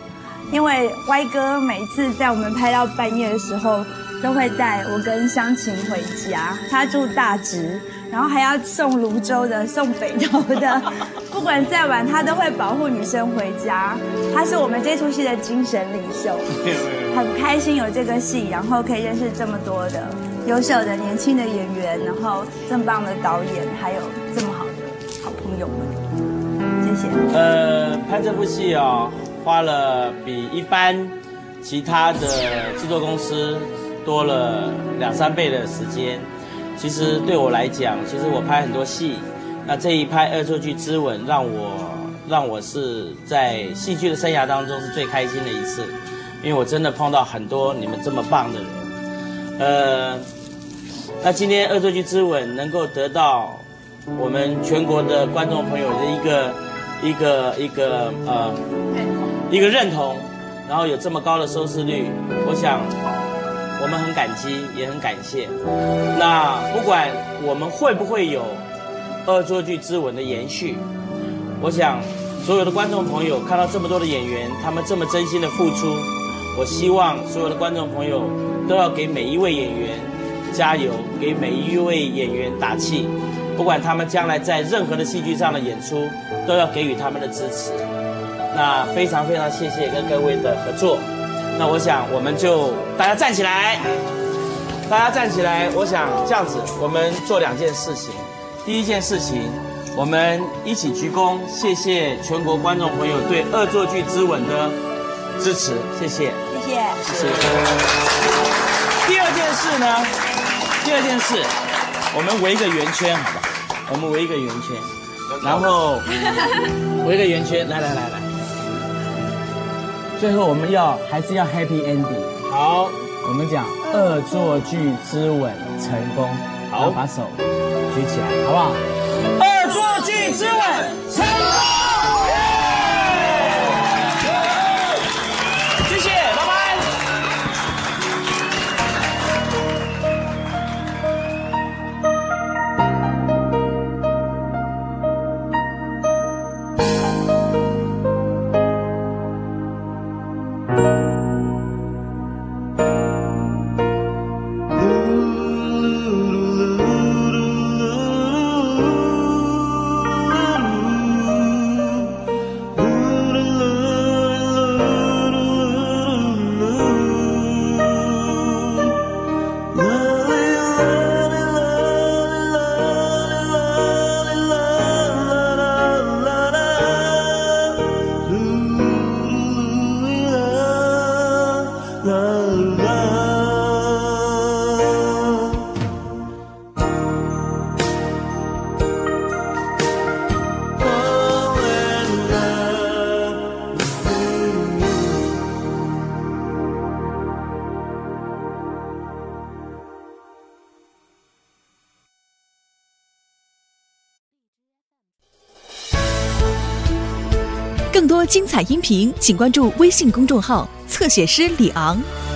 因为歪哥每一次在我们拍到半夜的时候，都会带我跟湘琴回家。他住大直，然后还要送泸州的、送北投的，不管再晚，他都会保护女生回家。他是我们这出戏的精神领袖，很开心有这个戏，然后可以认识这么多的优秀的年轻的演员，然后这么棒的导演，还有这么好的好朋友们，谢谢。 呃，拍这部戏哦，花了比一般其他的制作公司多了两三倍的时间。其实对我来讲，其实我拍很多戏，那这一拍《恶作剧之吻》让我让我是在戏剧的生涯当中是最开心的一次，因为我真的碰到很多你们这么棒的人。呃，那今天《恶作剧之吻》能够得到我们全国的观众朋友的一个一个一个呃一个认同，然后有这么高的收视率，我想我们很感激，也很感谢。那不管我们会不会有《恶作剧之吻》的延续，我想所有的观众朋友看到这么多的演员，他们这么真心的付出，我希望所有的观众朋友都要给每一位演员加油，给每一位演员打气，不管他们将来在任何的戏剧上的演出，都要给予他们的支持。那非常非常谢谢跟各位的合作。那我想我们就大家站起来，大家站起来。我想这样子，我们做两件事情。第一件事情，我们一起鞠躬，谢谢全国观众朋友对《恶作剧之吻》的支持，谢谢， 谢谢， 谢谢。第二件事呢？第二件事，我们围一个圆圈，好吧？我们围一个圆圈，然后围一个圆圈，来来来来。最后我们要还是要 happy ending。好，我们讲恶作剧之吻成功，好，把手举起来，好不好？恶作剧之吻成功！谢谢，拜拜。 更多精彩音频，请关注微信公众号“侧写师李昂”。